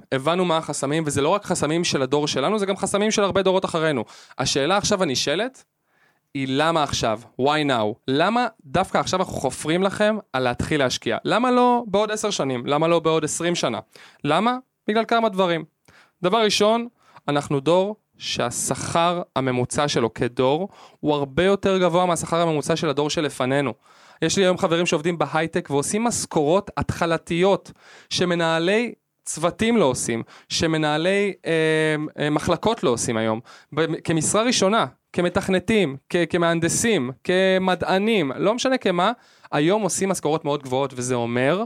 S2: וזה לא רק חסמים של הדור שלנו, זה גם חסמים של הרבה דורות אחרינו. השאלה עכשיו הנשאלת, היא למה עכשיו? Why now? למה דווקא עכשיו אנחנו חופרים לכם על להתחיל להשקיע? למה לא בעוד 10 שנים? למה לא בעוד 20 שנה? למה? בגלל כמה דברים. דבר ראשון, אנחנו דור שהשכר הממוצע שלו כדור הוא הרבה יותר גבוה מהשכר הממוצע של הדור שלפנינו. יש לי היום חברים שעובדים בהייטק ועושים משכורות התחלתיות שמנהלי צוותים לא עושים, שמנהלי מחלקות לא עושים היום. כמשרה ראשונה, כמתכנתים, כמהנדסים, כמדענים, לא משנה כמה, היום עושים משכורות מאוד גבוהות, וזה אומר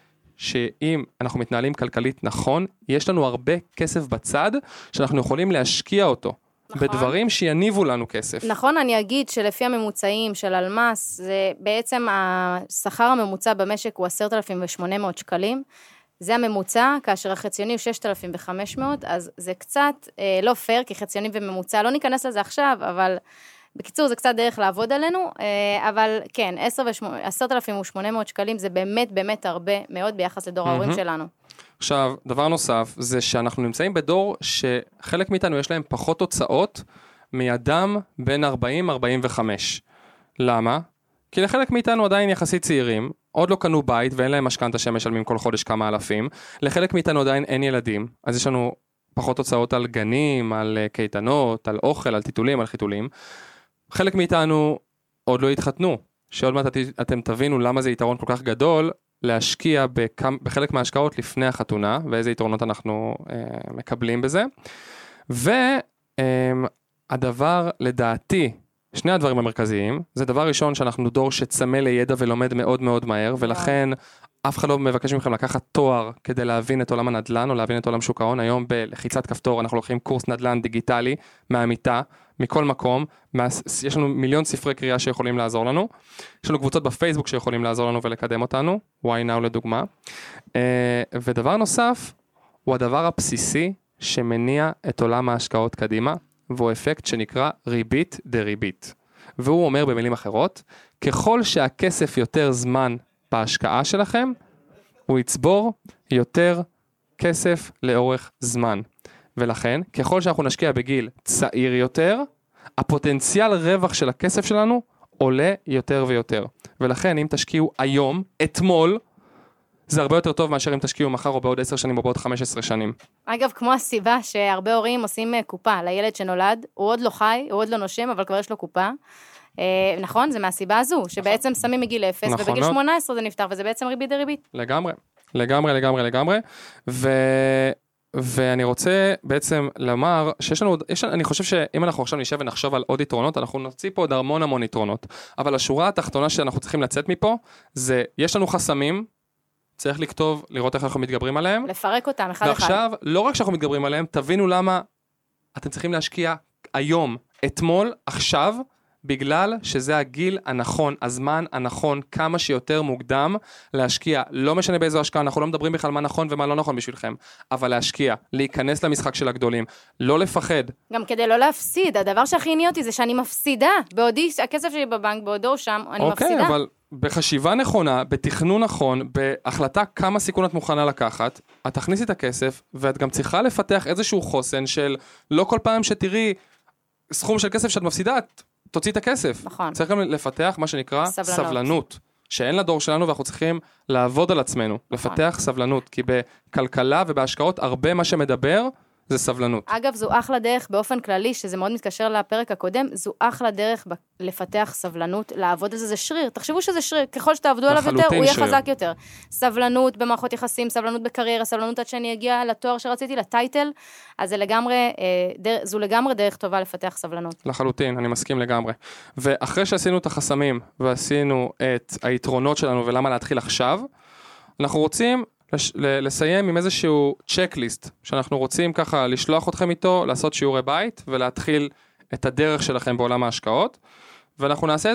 S2: שאם אנחנו מתנהלים כלכלית נכון, יש לנו הרבה כסף בצד, שאנחנו יכולים להשקיע אותו, נכון. בדברים שיניבו לנו כסף.
S1: נכון, אני אגיד שלפי הממוצעים של אלמס, זה בעצם השכר הממוצע במשק הוא 10,800 שקלים, זה הממוצע, כאשר החציוני הוא 6,500, אז זה קצת לא פייר, כי חציוני וממוצע, לא ניכנס לזה עכשיו, אבל בקיצור זה קצת דרך לעבוד עלינו, אבל כן, 10,800 שקלים זה באמת הרבה מאוד ביחס לדור ההורים שלנו.
S2: עכשיו, דבר נוסף, זה שאנחנו נמצאים בדור שחלק מאיתנו יש להם פחות הוצאות מאדם בין 40-45. למה? כי לחלק מאיתנו עדיין יחסית צעירים, עוד לא קנו בית ואין להם משכנתא שמשלמים כל חודש כמה אלפים, לחלק מאיתנו עדיין אין ילדים, אז יש לנו פחות הוצאות על גנים, על קייטנות, על אוכל, על טיטולים, על חיתולים. חלק מאיתנו עוד לא התחתנו, שעוד מעט אתם תבינו למה זה יתרון כל כך גדול, להשקיע בחלק מההשקעות לפני החתונה, ואיזה יתרונות אנחנו מקבלים בזה. והדבר לדעתי, שני הדברים המרכזיים, זה דבר ראשון שאנחנו דור שצמא לידע ולומד מאוד מאוד מהר, ולכן אף אחד לא מבקש מכם לקחת תואר כדי להבין את עולם הנדל"ן, או להבין את עולם שוק ההון. היום בלחיצת כפתור אנחנו לוקחים קורס נדל"ן דיגיטלי, מהמיטה, מכל מקום, יש לנו מיליון ספרי קריאה שיכולים לעזור לנו, יש לנו קבוצות בפייסבוק שיכולים לעזור לנו ולקדם אותנו, Why Now לדוגמה, ודבר נוסף, הוא הדבר הבסיסי שמניע את עולם ההשקעות קדימה, והוא אפקט שנקרא ריבית דריבית. והוא אומר במילים אחרות, ככל שהכסף יותר זמן בהשקעה שלכם, הוא יצבור יותר כסף לאורך זמן. ולכן, ככל שאנחנו נשקיע בגיל צעיר יותר, הפוטנציאל רווח של הכסף שלנו עולה יותר ויותר. ולכן אם תשקיעו היום, אתמול, זה הרבה יותר טוב מאשר אם תשקיעו מחר או בעוד 10 שנים או בעוד 15 שנים.
S1: אגב, כמו הסיבה שהרבה הורים עושים קופה לילד שנולד, הוא עוד לא חי, הוא עוד לא נושם, אבל כבר יש לו קופה. נכון, זה מהסיבה הזו, שבעצם שמים מגיל 0, ובגיל 18 זה נפתר, וזה בעצם ריבית דריבית.
S2: לגמרי. ואני רוצה בעצם לומר, אני חושב שאם אנחנו עכשיו נשב ונחשוב על עוד יתרונות, אנחנו נוציא פה עוד המון יתרונות. אבל השורה התחתונה שאנחנו צריכים לצאת מפה, זה, יש לנו חסמים, צריך לכתוב, לראות איך אנחנו מתגברים עליהם.
S1: לפרק אותם, אחד.
S2: ועכשיו, לא רק שאנחנו מתגברים עליהם, תבינו למה אתם צריכים להשקיע היום, אתמול, עכשיו, בגלל שזה הגיל הנכון, הזמן הנכון, כמה שיותר מוקדם להשקיע. לא משנה באיזו השקעה, אנחנו לא מדברים בכלל מה נכון ומה לא נכון בשבילכם, אבל להשקיע, להיכנס למשחק של הגדולים, לא לפחד.
S1: גם כדי לא להפסיד, הדבר שהכי עניין אותי זה שאני מפסידה, בעודי, הכסף שלי בבנק, בעודו שם, אני מפסידה.
S2: אוקיי, אבל בחשיבה נכונה, בתכנון נכון, בהחלטה כמה סיכון את מוכנה לקחת, את תכניסי את הכסף, ואת גם צריכה לפתח איזשהו חוסן של לא כל פעם שתראי סכום של כסף שאת מפסידה, תוציא את הכסף.
S1: נכון.
S2: צריך גם לפתח מה שנקרא סבלנות. שאין לדור שלנו ואנחנו צריכים לעבוד על עצמנו. נכון. לפתח סבלנות, כי בכלכלה ובהשקעות הרבה מה שמדבר זה סבלנות.
S1: אגב, זו אחלה דרך באופן כללי, שזה מאוד מתקשר לפרק הקודם, זו אחלה דרך לפתח סבלנות, לעבוד על זה, זה שריר. תחשבו שזה שריר, ככל שתעבדו עליו יותר, הוא יהיה חזק יותר. סבלנות במערכות יחסים, סבלנות בקריירה, סבלנות עד שאני אגיע לתואר שרציתי, לטייטל, אז זו לגמרי דרך טובה לפתח סבלנות.
S2: לחלוטין, אני מסכים לגמרי. ואחרי שעשינו את החסמים, ועשינו את היתרונות שלנו, ולמה להתחיל עכשיו, אנחנו רוצים לסיים עם איזשהו צ'קליסט, שאנחנו רוצים ככה לשלוח אתכם איתו, לעשות שיעורי בית, ולהתחיל את הדרך שלכם בעולם ההשקעות, ואנחנו נעשה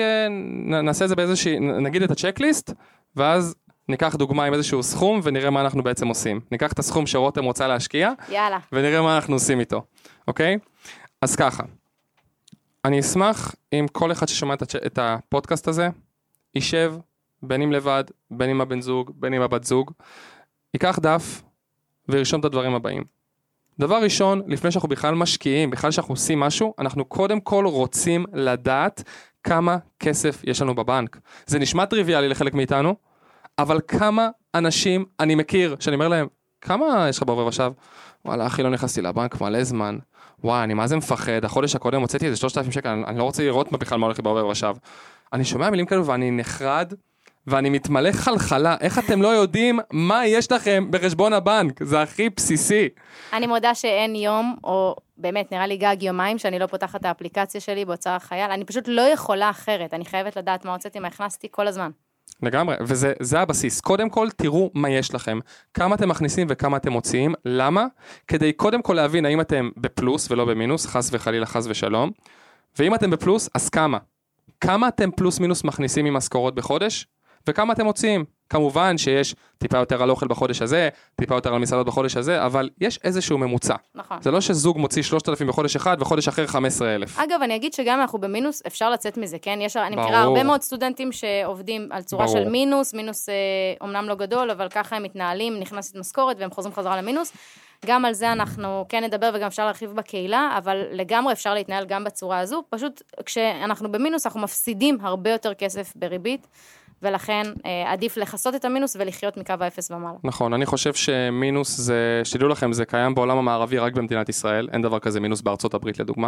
S2: את זה באיזושהי, נגיד את הצ'קליסט, ואז ניקח דוגמה עם איזשהו סכום, ונראה מה אנחנו בעצם עושים. ניקח את הסכום שרותם רוצה להשקיע,
S1: יאללה.
S2: ונראה מה אנחנו עושים איתו, אוקיי? אז ככה, אני אשמח אם כל אחד ששומע את הפודקאסט הזה, יישב, בין אם לבד, בין אם הבן זוג, בין אם הבת זוג, ייקח דף וירשום את הדברים הבאים. דבר ראשון, לפני שאנחנו בכלל משקיעים, בכלל שאנחנו עושים משהו, אנחנו קודם כל רוצים לדעת כמה כסף יש לנו בבנק. זה נשמע טריוויאלי לחלק מאיתנו, אבל כמה אנשים אני מכיר, שאני אומר להם, כמה יש לך בעובר ושב? וואלה, אחי, לא נכנסתי לבנק מלא זמן. וואי, אני מה זה מפחד, החודש הקודם הוצאתי איזה 3,000 שקל, אני לא רוצה לראות מה בכלל מה הולך לי בעובר ושב. אני שומע מילים כאלו ואני נחרד, ואני מתמלא חלחלה, איך אתם לא יודעים מה יש לכם בחשבון הבנק? זה הכי בסיסי.
S1: אני מודה שאין יום, או באמת נראה לי גג יומיים, שאני לא פותחת את האפליקציה שלי בהוצאה חייל, אני פשוט לא יכולה אחרת, אני חייבת לדעת מה הוצאתי, מה הכנסתי כל הזמן.
S2: לגמרי, וזה הבסיס. קודם כל תראו מה יש לכם, כמה אתם מכניסים וכמה אתם מוציאים, למה? כדי קודם כל להבין האם אתם בפלוס ולא במינוס, חס וחלילה, חס ושלום, ואם אתם בפלוס, אז כמה? כמה אתם פלוס מינוס מכניסים עם משכורות בחודש? וכמה אתם מוצאים? כמובן שיש טיפה יותר על אוכל בחודש הזה, טיפה יותר על מסעדות בחודש הזה, אבל יש איזשהו ממוצע.
S1: נכון.
S2: זה לא שזוג מוציא 3,000 בחודש אחד, וחודש אחר 15,000.
S1: אגב, אני אגיד שגם אנחנו במינוס, אפשר לצאת מזה, כן? אני מכירה הרבה מאוד סטודנטים שעובדים על צורה של מינוס, מינוס אומנם לא גדול, אבל ככה הם מתנהלים, נכנסת משכורת, והם חוזרים חזרה למינוס. גם על זה אנחנו כן נדבר, וגם אפשר להרחיב בקהילה, אבל לגמרי אפשר להתנהל גם בצורה הזו. פשוט כשאנחנו במינוס, אנחנו מפסידים הרבה יותר כסף בריבית, ולכן עדיף לחסות את המינוס ולחיות מקו האפס ומעלה.
S2: נכון, אני חושב שמינוס זה, שתדעו לכם, זה קיים בעולם המערבי רק במדינת ישראל, אין דבר כזה מינוס בארצות הברית לדוגמה,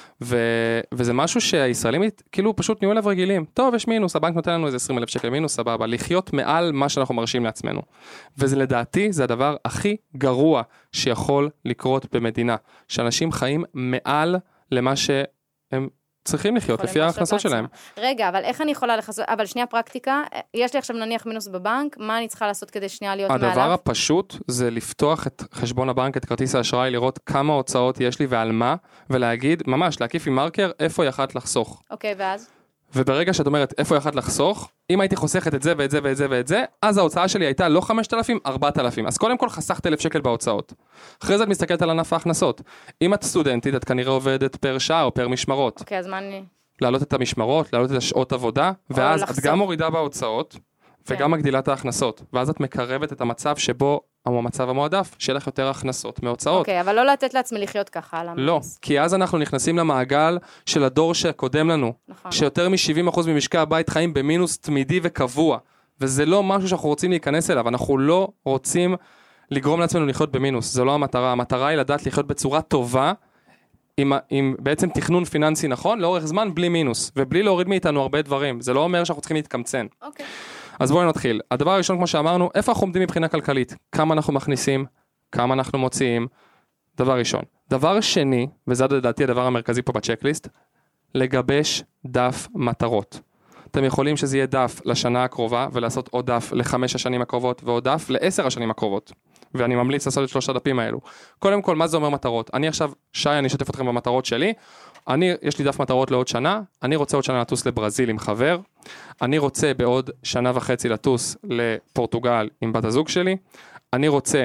S2: וזה משהו שהישראלים כאילו פשוט נהיו אליו רגילים, טוב יש מינוס, הבנק נותן לנו איזה 20,000 שקל מינוס, סבבה, לחיות מעל מה שאנחנו מרשים לעצמנו, וזה לדעתי, זה הדבר הכי גרוע שיכול לקרות במדינה, שאנשים חיים מעל למה שהם צריכים לחיות לפי ההכנסות שלהם.
S1: רגע, אבל איך אני יכולה לחסות, אבל שנייה פרקטיקה, יש לי עכשיו נניח מינוס בבנק, מה אני צריכה לעשות כדי שנייה להיות מעליו?
S2: הדבר הפשוט זה לפתוח את חשבון הבנק, את כרטיס האשראי, לראות כמה הוצאות יש לי ועל מה, ולהגיד, ממש, להקיף עם מרקר, איפה יכולת לחסוך.
S1: אוקיי, ואז?
S2: וברגע שאת אומרת, איפה יכולת לחסוך, אם הייתי חוסכת את זה ואת זה ואת זה ואת זה, אז ההוצאה שלי הייתה לא 5,000, 4,000. אז קודם כל חסכת 1,000 שקל בהוצאות. אחרי זה את מסתכלת על ענף ההכנסות. אם את סטודנטית, את כנראה עובדת פר שעה או פר משמרות.
S1: אוקיי, אז מה אני?
S2: להעלות את המשמרות, להעלות את השעות עבודה, ואז את גם מורידה בהוצאות, וגם מגדילה את ההכנסות. ואז את מקרבת את המצב שבו המצב המועדף, שיהיה לך יותר הכנסות מהוצאות.
S1: אוקיי, אבל לא לתת לעצמי לחיות ככה על המס.
S2: לא, כי אז אנחנו נכנסים למעגל של הדור שקודם לנו,
S1: נכון.
S2: שיותר מ-70% ממשקי הבית חיים במינוס תמידי וקבוע, וזה לא משהו שאנחנו רוצים להיכנס אליו, אנחנו לא רוצים לגרום לעצמנו לחיות במינוס, זו לא המטרה, המטרה היא לדעת לחיות בצורה טובה, עם בעצם תכנון פיננסי נכון, לאורך זמן בלי מינוס, ובלי להוריד מאיתנו הרבה דברים, זה לא אומר שאנחנו צריכים להתקמצן.
S1: אוקיי.
S2: אז בואו נתחיל. הדבר הראשון, כמו שאמרנו, איפה אנחנו עומדים מבחינה כלכלית? כמה אנחנו מכניסים, כמה אנחנו מוציאים, דבר ראשון. דבר שני, וזה לדעתי הדבר המרכזי פה בצ'קליסט, לגבש דף מטרות. אתם יכולים שזה יהיה דף לשנה הקרובה, ולעשות עוד דף ל5 השנים הקרובות, ועוד דף ל10 השנים הקרובות. ואני ממליץ לעשות את 3 הדפים האלו. קודם כל, מה זה אומר מטרות? אני עכשיו, שי, אני אשתף אתכם במטרות שלי. יש לי דף מטרות לעוד שנה. אני רוצה עוד שנה לטוס לברזיל עם חבר. אני רוצה בעוד 1.5 שנה לטוס לפורטוגל עם בת הזוג שלי. אני רוצה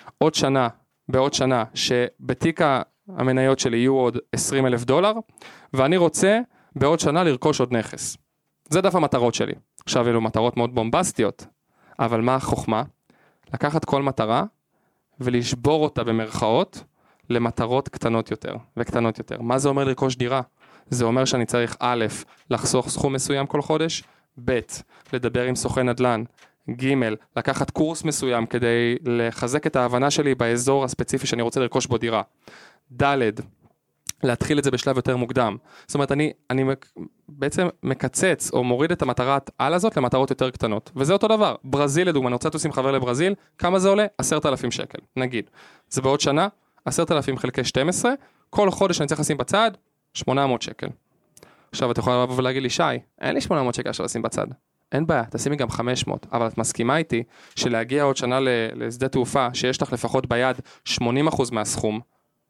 S2: בעוד שנה, שבתיק המניות שלי יהיו עוד $20,000, ואני רוצה בעוד שנה לרכוש עוד נכס. זה דף המטרות שלי. עכשיו, אלו מטרות מאוד בומבסטיות, אבל מה החוכמה? לקחת כל מטרה ולשבור אותה במרכאות למטרות קטנות יותר וקטנות יותר. מה זה אומר לרכוש דירה? זה אומר שאני צריך א', לחסוך סכום מסוים כל חודש, ב', לדבר עם סוכן נדל"ן, ג', לקחת קורס מסוים כדי לחזק את ההבנה שלי באזור הספציפי שאני רוצה לרכוש בו דירה, ד', להתחיל את זה בשלב יותר מוקדם. זאת אומרת, אני בעצם מקצץ או מוריד את המטרת על הזאת למטרות יותר קטנות. וזה אותו דבר. ברזיל, לדוגמה, אני רוצה לטוס עם חבר לברזיל, כמה זה עולה? 10,000 שקל, נגיד. זה בעוד שנה, 10,000 חלקי 12, כל חודש אני צריך לשים בצד, 800 שקל. עכשיו, את יכולה לבוא ולהגיד לי, שי, אין לי 800 שקל של לשים בצד. אין בעיה, תשימי גם 500, אבל את מסכימה איתי שלהגיע עוד שנה לשדה תעופה, שיש לך לפחות ביד 80% מהסכום,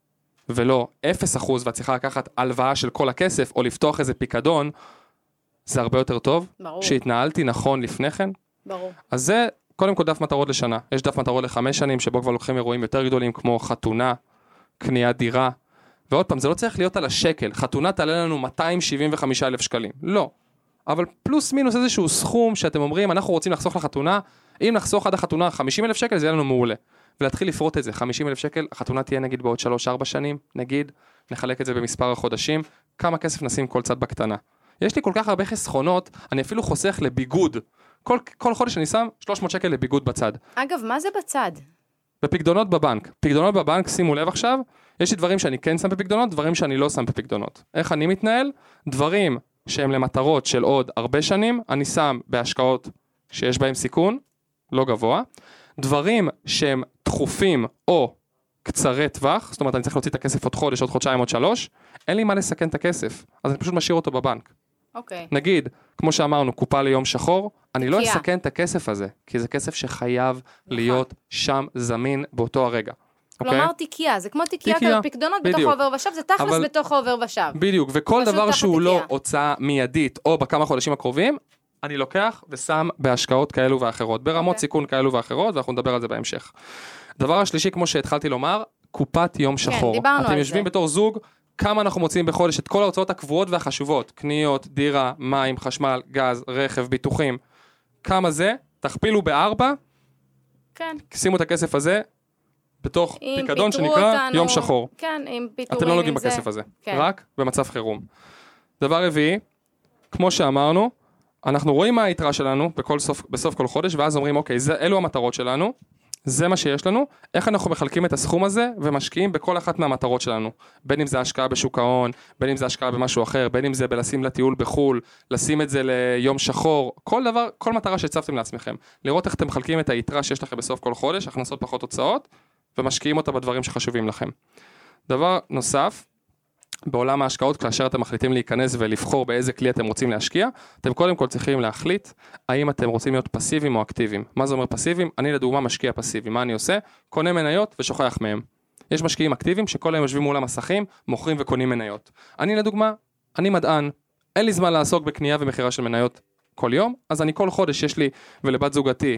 S2: ולא 0% ואת צריכה לקחת הלוואה של כל הכסף, או לפתוח איזה פיקדון, זה הרבה יותר טוב.
S1: ברור.
S2: שהתנהלתי נכון לפני כן.
S1: ברור.
S2: אז זה קודם כל דף מטרות לשנה. יש דף מטרות ל5 שנים, שבו כבר לוקחים אירועים יותר גדולים, כמו חתונה, קניית דירה. ועוד פעם, זה לא צריך להיות על השקל. חתונה תעלה לנו 275,000 שקלים. לא. אבל פלוס מינוס איזשהו סכום שאתם אומרים, אנחנו רוצים לחסוך לחתונה, אם נחסוך עד החתונה 50,000 שקל, זה יהיה לנו מעולה. ולהתחיל לפרוט את זה, 50,000 שקל, החתונה תהיה נגיד בעוד 3-4 שנים, נגיד, נחלק את זה במספר החודשים, כמה כסף נשים כל צד בקטנה. יש לי כל כך הרבה חסכונות, אני אפילו חוסך לביגוד. כל חודש אני שם 300 שקל לביגוד בצד.
S1: אגב, מה זה בצד?
S2: בפקדונות בבנק. פקדונות בבנק, שימו לב עכשיו, יש לי דברים שאני כן שם בפקדונות, דברים שאני לא שם בפקדונות. איך אני מתנהל? דברים שהם למטרות של עוד הרבה שנים, אני שם בהשקעות שיש בהם סיכון, לא גבוה. דברים שהם דחופים או קצרי טווח, זאת אומרת אני צריך להוציא את הכסף עוד חודש, עוד חודשיים, עוד 3, אין לי מה לסכן את הכסף, אז אני פשוט משאיר אותו בבנק.
S1: אוקיי.
S2: נגיד, כמו שאמרנו, קופה ליום שחור, אני לא אסכן את הכסף הזה, כי זה כסף שחייב להיות שם זמין באותו הרגע.
S1: כלומר תיקייה, זה כמו תיקייה כזאת פקדונות בתוך העובר ושב, זה תכלס בתוך העובר ושב.
S2: בדיוק, וכל דבר שהוא לא הוצאה מיידית או בכמה חודשים הקרובים, אני לוקח ושם בהשקעות כאלו ואחרות, ברמות סיכון כאלו ואחרות, ואנחנו נדבר על זה בהמשך. דבר השלישי, כמו שהתחלתי לומר, קופת יום שחור.
S1: דיברנו על זה.
S2: אתם יושבים בתור זוג, כמה אנחנו מוצאים בחודש את כל ההוצאות הקבועות והחשובות, קניות, דירה, מים, חשמל, גז, רכב, ביטוחים. כמה זה? תכפילו ב4,
S1: כן.
S2: שימו את הכסף הזה בתוך פיקדון שנקרא יום שחור.
S1: כן, עם פיתורים.
S2: אתם לא נוגעים בכסף הזה, רק במצב חירום. דבר רביעי, כמו שאמרנו, אנחנו רואים מה היתרה שלנו בסוף כל חודש, ואז אומרים, אוקיי, אלו המטרות שלנו, זה מה שיש לנו, איך אנחנו מחלקים את הסכום הזה, ומשקיעים בכל אחת מהמטרות שלנו. בין אם זה השקעה בשוק ההון, בין אם זה השקעה במשהו אחר, בין אם זה בלשים לטיול בחול, לשים את זה ליום שחור, כל דבר, כל מטרה שהצבתם לעצמכם. לראות איך אתם מחלקים את היתרה שיש לכם בסוף כל חודש, הכנסות פחות הוצאות, ומשקיעים אותה בדברים שחשובים לכם. דבר נוסף, בעולם ההשקעות, כאשר אתם מחליטים להיכנס ולבחור באיזה כלי אתם רוצים להשקיע, אתם קודם כל צריכים להחליט האם אתם רוצים להיות פסיביים או אקטיביים. מה זה אומר פסיביים? אני לדוגמה משקיע פסיבי. מה אני עושה? קונה מניות ושוכח מהם. יש משקיעים אקטיביים שכל היום יושבים מול המסכים, מוכרים וקונים מניות. אני לדוגמה, אני מדען, אין לי זמן לעסוק בקנייה ומחירה של מניות כל יום, אז אני כל חודש יש לי ולבת זוגתי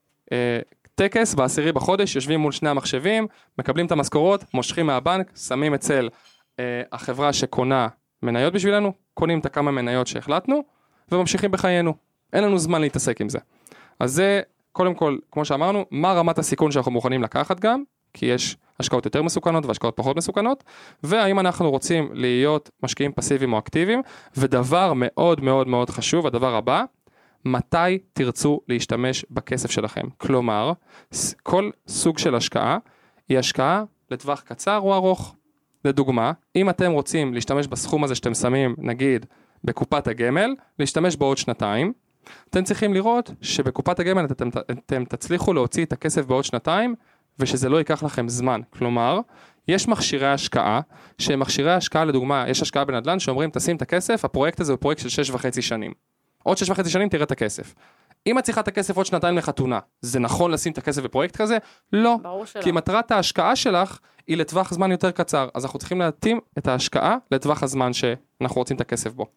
S2: טקס, ב10 בחודש, יושבים מול שני המחשבים, מקבלים את המשכורות, מושכים מהבנק, שמים אצל החברה שקונה מניות בשבילנו, קונים את הכמה מניות שהחלטנו, וממשיכים בחיינו. אין לנו זמן להתעסק עם זה. אז זה קודם כל, כמו שאמרנו, מה רמת הסיכון שאנחנו מוכנים לקחת גם, כי יש השקעות יותר מסוכנות והשקעות פחות מסוכנות, והאם אנחנו רוצים להיות משקיעים פסיביים או אקטיביים, ודבר מאוד מאוד מאוד חשוב, הדבר הבא, מתי תרצו להשתמש בכסף שלכם. כלומר, כל סוג של השקעה היא השקעה לטווח קצר או ארוך. לדוגמה, אם אתם רוצים להשתמש בסכום הזה שאתם שמים, נגיד, בקופת הגמל, להשתמש בו עוד 2 אתם צריכים לראות שבקופת הגמל אתם תצליחו להוציא את הכסף בעוד 2 ושזה לא ייקח לכם זמן. כלומר, יש מכשירי השקעה, שמכשירי השקעה, לדוגמה, יש השקעה בנדל"ן שאומרים, תשים את הכסף, הפרויקט הזה הוא פרויקט של 6.5 שנים. עוד 6.5 שנים תראה את הכסף. אם את צריכה את הכסף עוד 2 לחתונה, זה נכון לשים את הכסף בפרויקט כזה? לא. כי מטרת ההשקעה שלך היא לטווח זמן יותר קצר. אז אנחנו צריכים להתאים את ההשקעה לטווח הזמן שאנחנו רוצים את הכסף בו.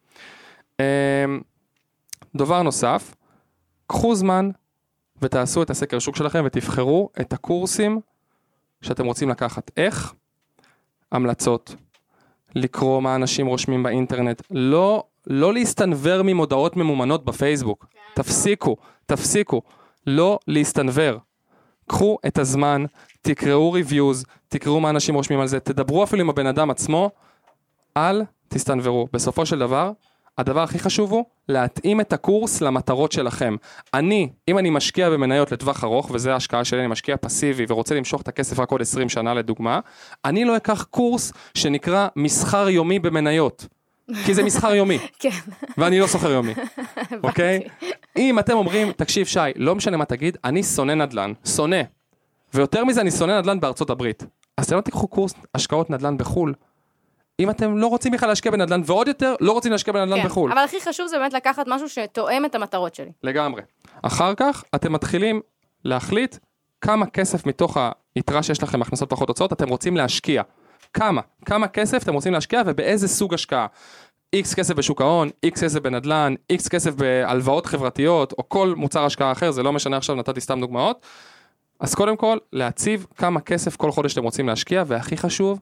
S2: דבר נוסף, קחו זמן ותעשו את הסקר שוק שלכם ותבחרו את הקורסים שאתם רוצים לקחת. איך? המלצות. לקרוא מה אנשים רושמים באינטרנט. לא להסתנבר ממודעות ממומנות בפייסבוק. תפסיקו. לא להסתנבר. קחו את הזמן, תקראו ריוויוז, תקראו מה אנשים רושמים על זה, תדברו אפילו עם הבן אדם עצמו, אל תסתנברו. בסופו של דבר, הדבר הכי חשוב הוא להתאים את הקורס למטרות שלכם. אם אני משקיע במניות לטווח ארוך, וזה ההשקעה שלי, אני משקיע פסיבי ורוצה למשוך את הכסף רק עוד 20 שנה לדוגמה, אני לא אקח קורס שנקרא מסחר יומי במניות. כי זה מסחר יומי.
S1: כן.
S2: ואני לא סוחר יומי. אוקיי? אם אתם אומרים, תקשיב שי, לא משנה מה תגיד, אני שונא נדל"ן. שונא. ויותר מזה, אני שונא נדל"ן בארצות הברית. אז אתם לא תיקחו קורס השקעות נדל"ן בחול. אם אתם לא רוצים בכלל להשקיע בנדל"ן, ועוד יותר, לא רוצים להשקיע בנדל"ן בחול.
S1: אבל הכי חשוב זה באמת לקחת משהו שתואם את המטרות שלי.
S2: לגמרי. אחר כך, אתם מתחילים להחליט כמה כסף מתוך היתרה שיש לכם, הכנסות פחות הוצאות, אתם רוצים להשקיע. כמה כסף אתם רוצים להשקיע ובאיזה סוג השקעה. X כסף בשוק ההון, X כסף בנדל"ן, X כסף בהלוואות חברתיות, או כל מוצר השקעה אחר, זה לא משנה עכשיו, נתתי סתם דוגמאות. אז קודם כל, להציב כמה כסף כל חודש אתם רוצים להשקיע, והכי חשוב,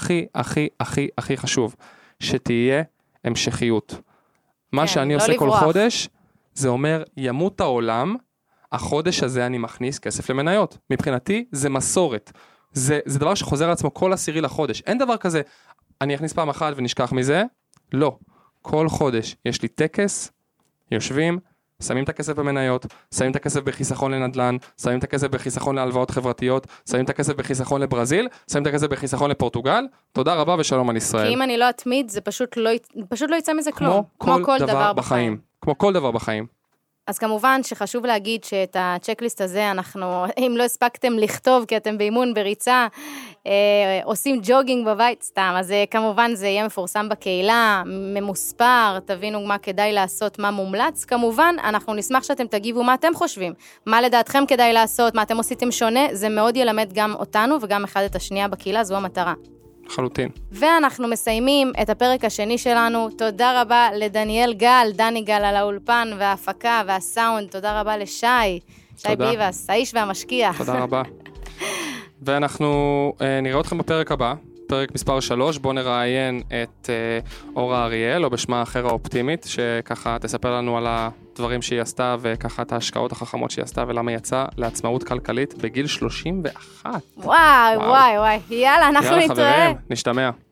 S2: הכי חשוב, שתהיה המשכיות. מה שאני עושה כל חודש, זה אומר, ימות העולם, החודש הזה אני מכניס כסף למניות. מבחינתי, זה מסורת. זה דבר שחוזר על עצמו כל 10 לחודש. אין דבר כזה, אני אכניס פעם אחת ונשכח מזה. לא. כל חודש יש לי טקס, יושבים, שמים את הכסף במניות, שמים את הכסף בחיסכון לנדל"ן, שמים את הכסף בחיסכון להלוואות חברתיות, שמים את הכסף בחיסכון לברזיל, שמים את הכסף בחיסכון לפורטוגל. תודה רבה ושלום על ישראל.
S1: כי אם אני לא אתמיד, זה פשוט לא יצא מזה כלום. כמו כל דבר בחיים.
S2: כמו כל דבר בחיים.
S1: אז כמובן שחשוב להגיד שאת הצ'קליסט הזה אנחנו, אם לא הספקתם לכתוב כי אתם באימון בריצה, עושים ג'וגינג בבית סתם, אז כמובן זה יהיה מפורסם בקהילה, ממוספר, תבינו מה כדאי לעשות, מה מומלץ. כמובן, אנחנו נשמח שאתם תגיבו מה אתם חושבים, מה לדעתכם כדאי לעשות, מה אתם עשיתם שונה, זה מאוד ילמד גם אותנו וגם אחד את השנייה בקהילה, זו המטרה.
S2: חלוטין.
S1: ואנחנו מסיימים את הפרק השני שלנו. תודה רבה לדניאל גל, דני גל על האולפן וההפקה והסאונד. תודה רבה לשי ביבס, האיש והמשקיע.
S2: תודה רבה. ואנחנו נראה אתכם בפרק הבא, פרק מספר 3, בוא נראיין את אורה אריאל, או בשמה אחר האופטימית, שככה תספר לנו על הדברים שהיא עשתה, וככה את ההשקעות החכמות שהיא עשתה, ולמה יצאה לעצמאות כלכלית בגיל 31.
S1: וואי, יאללה, אנחנו נתראה.
S2: יאללה חברים, נשתמע.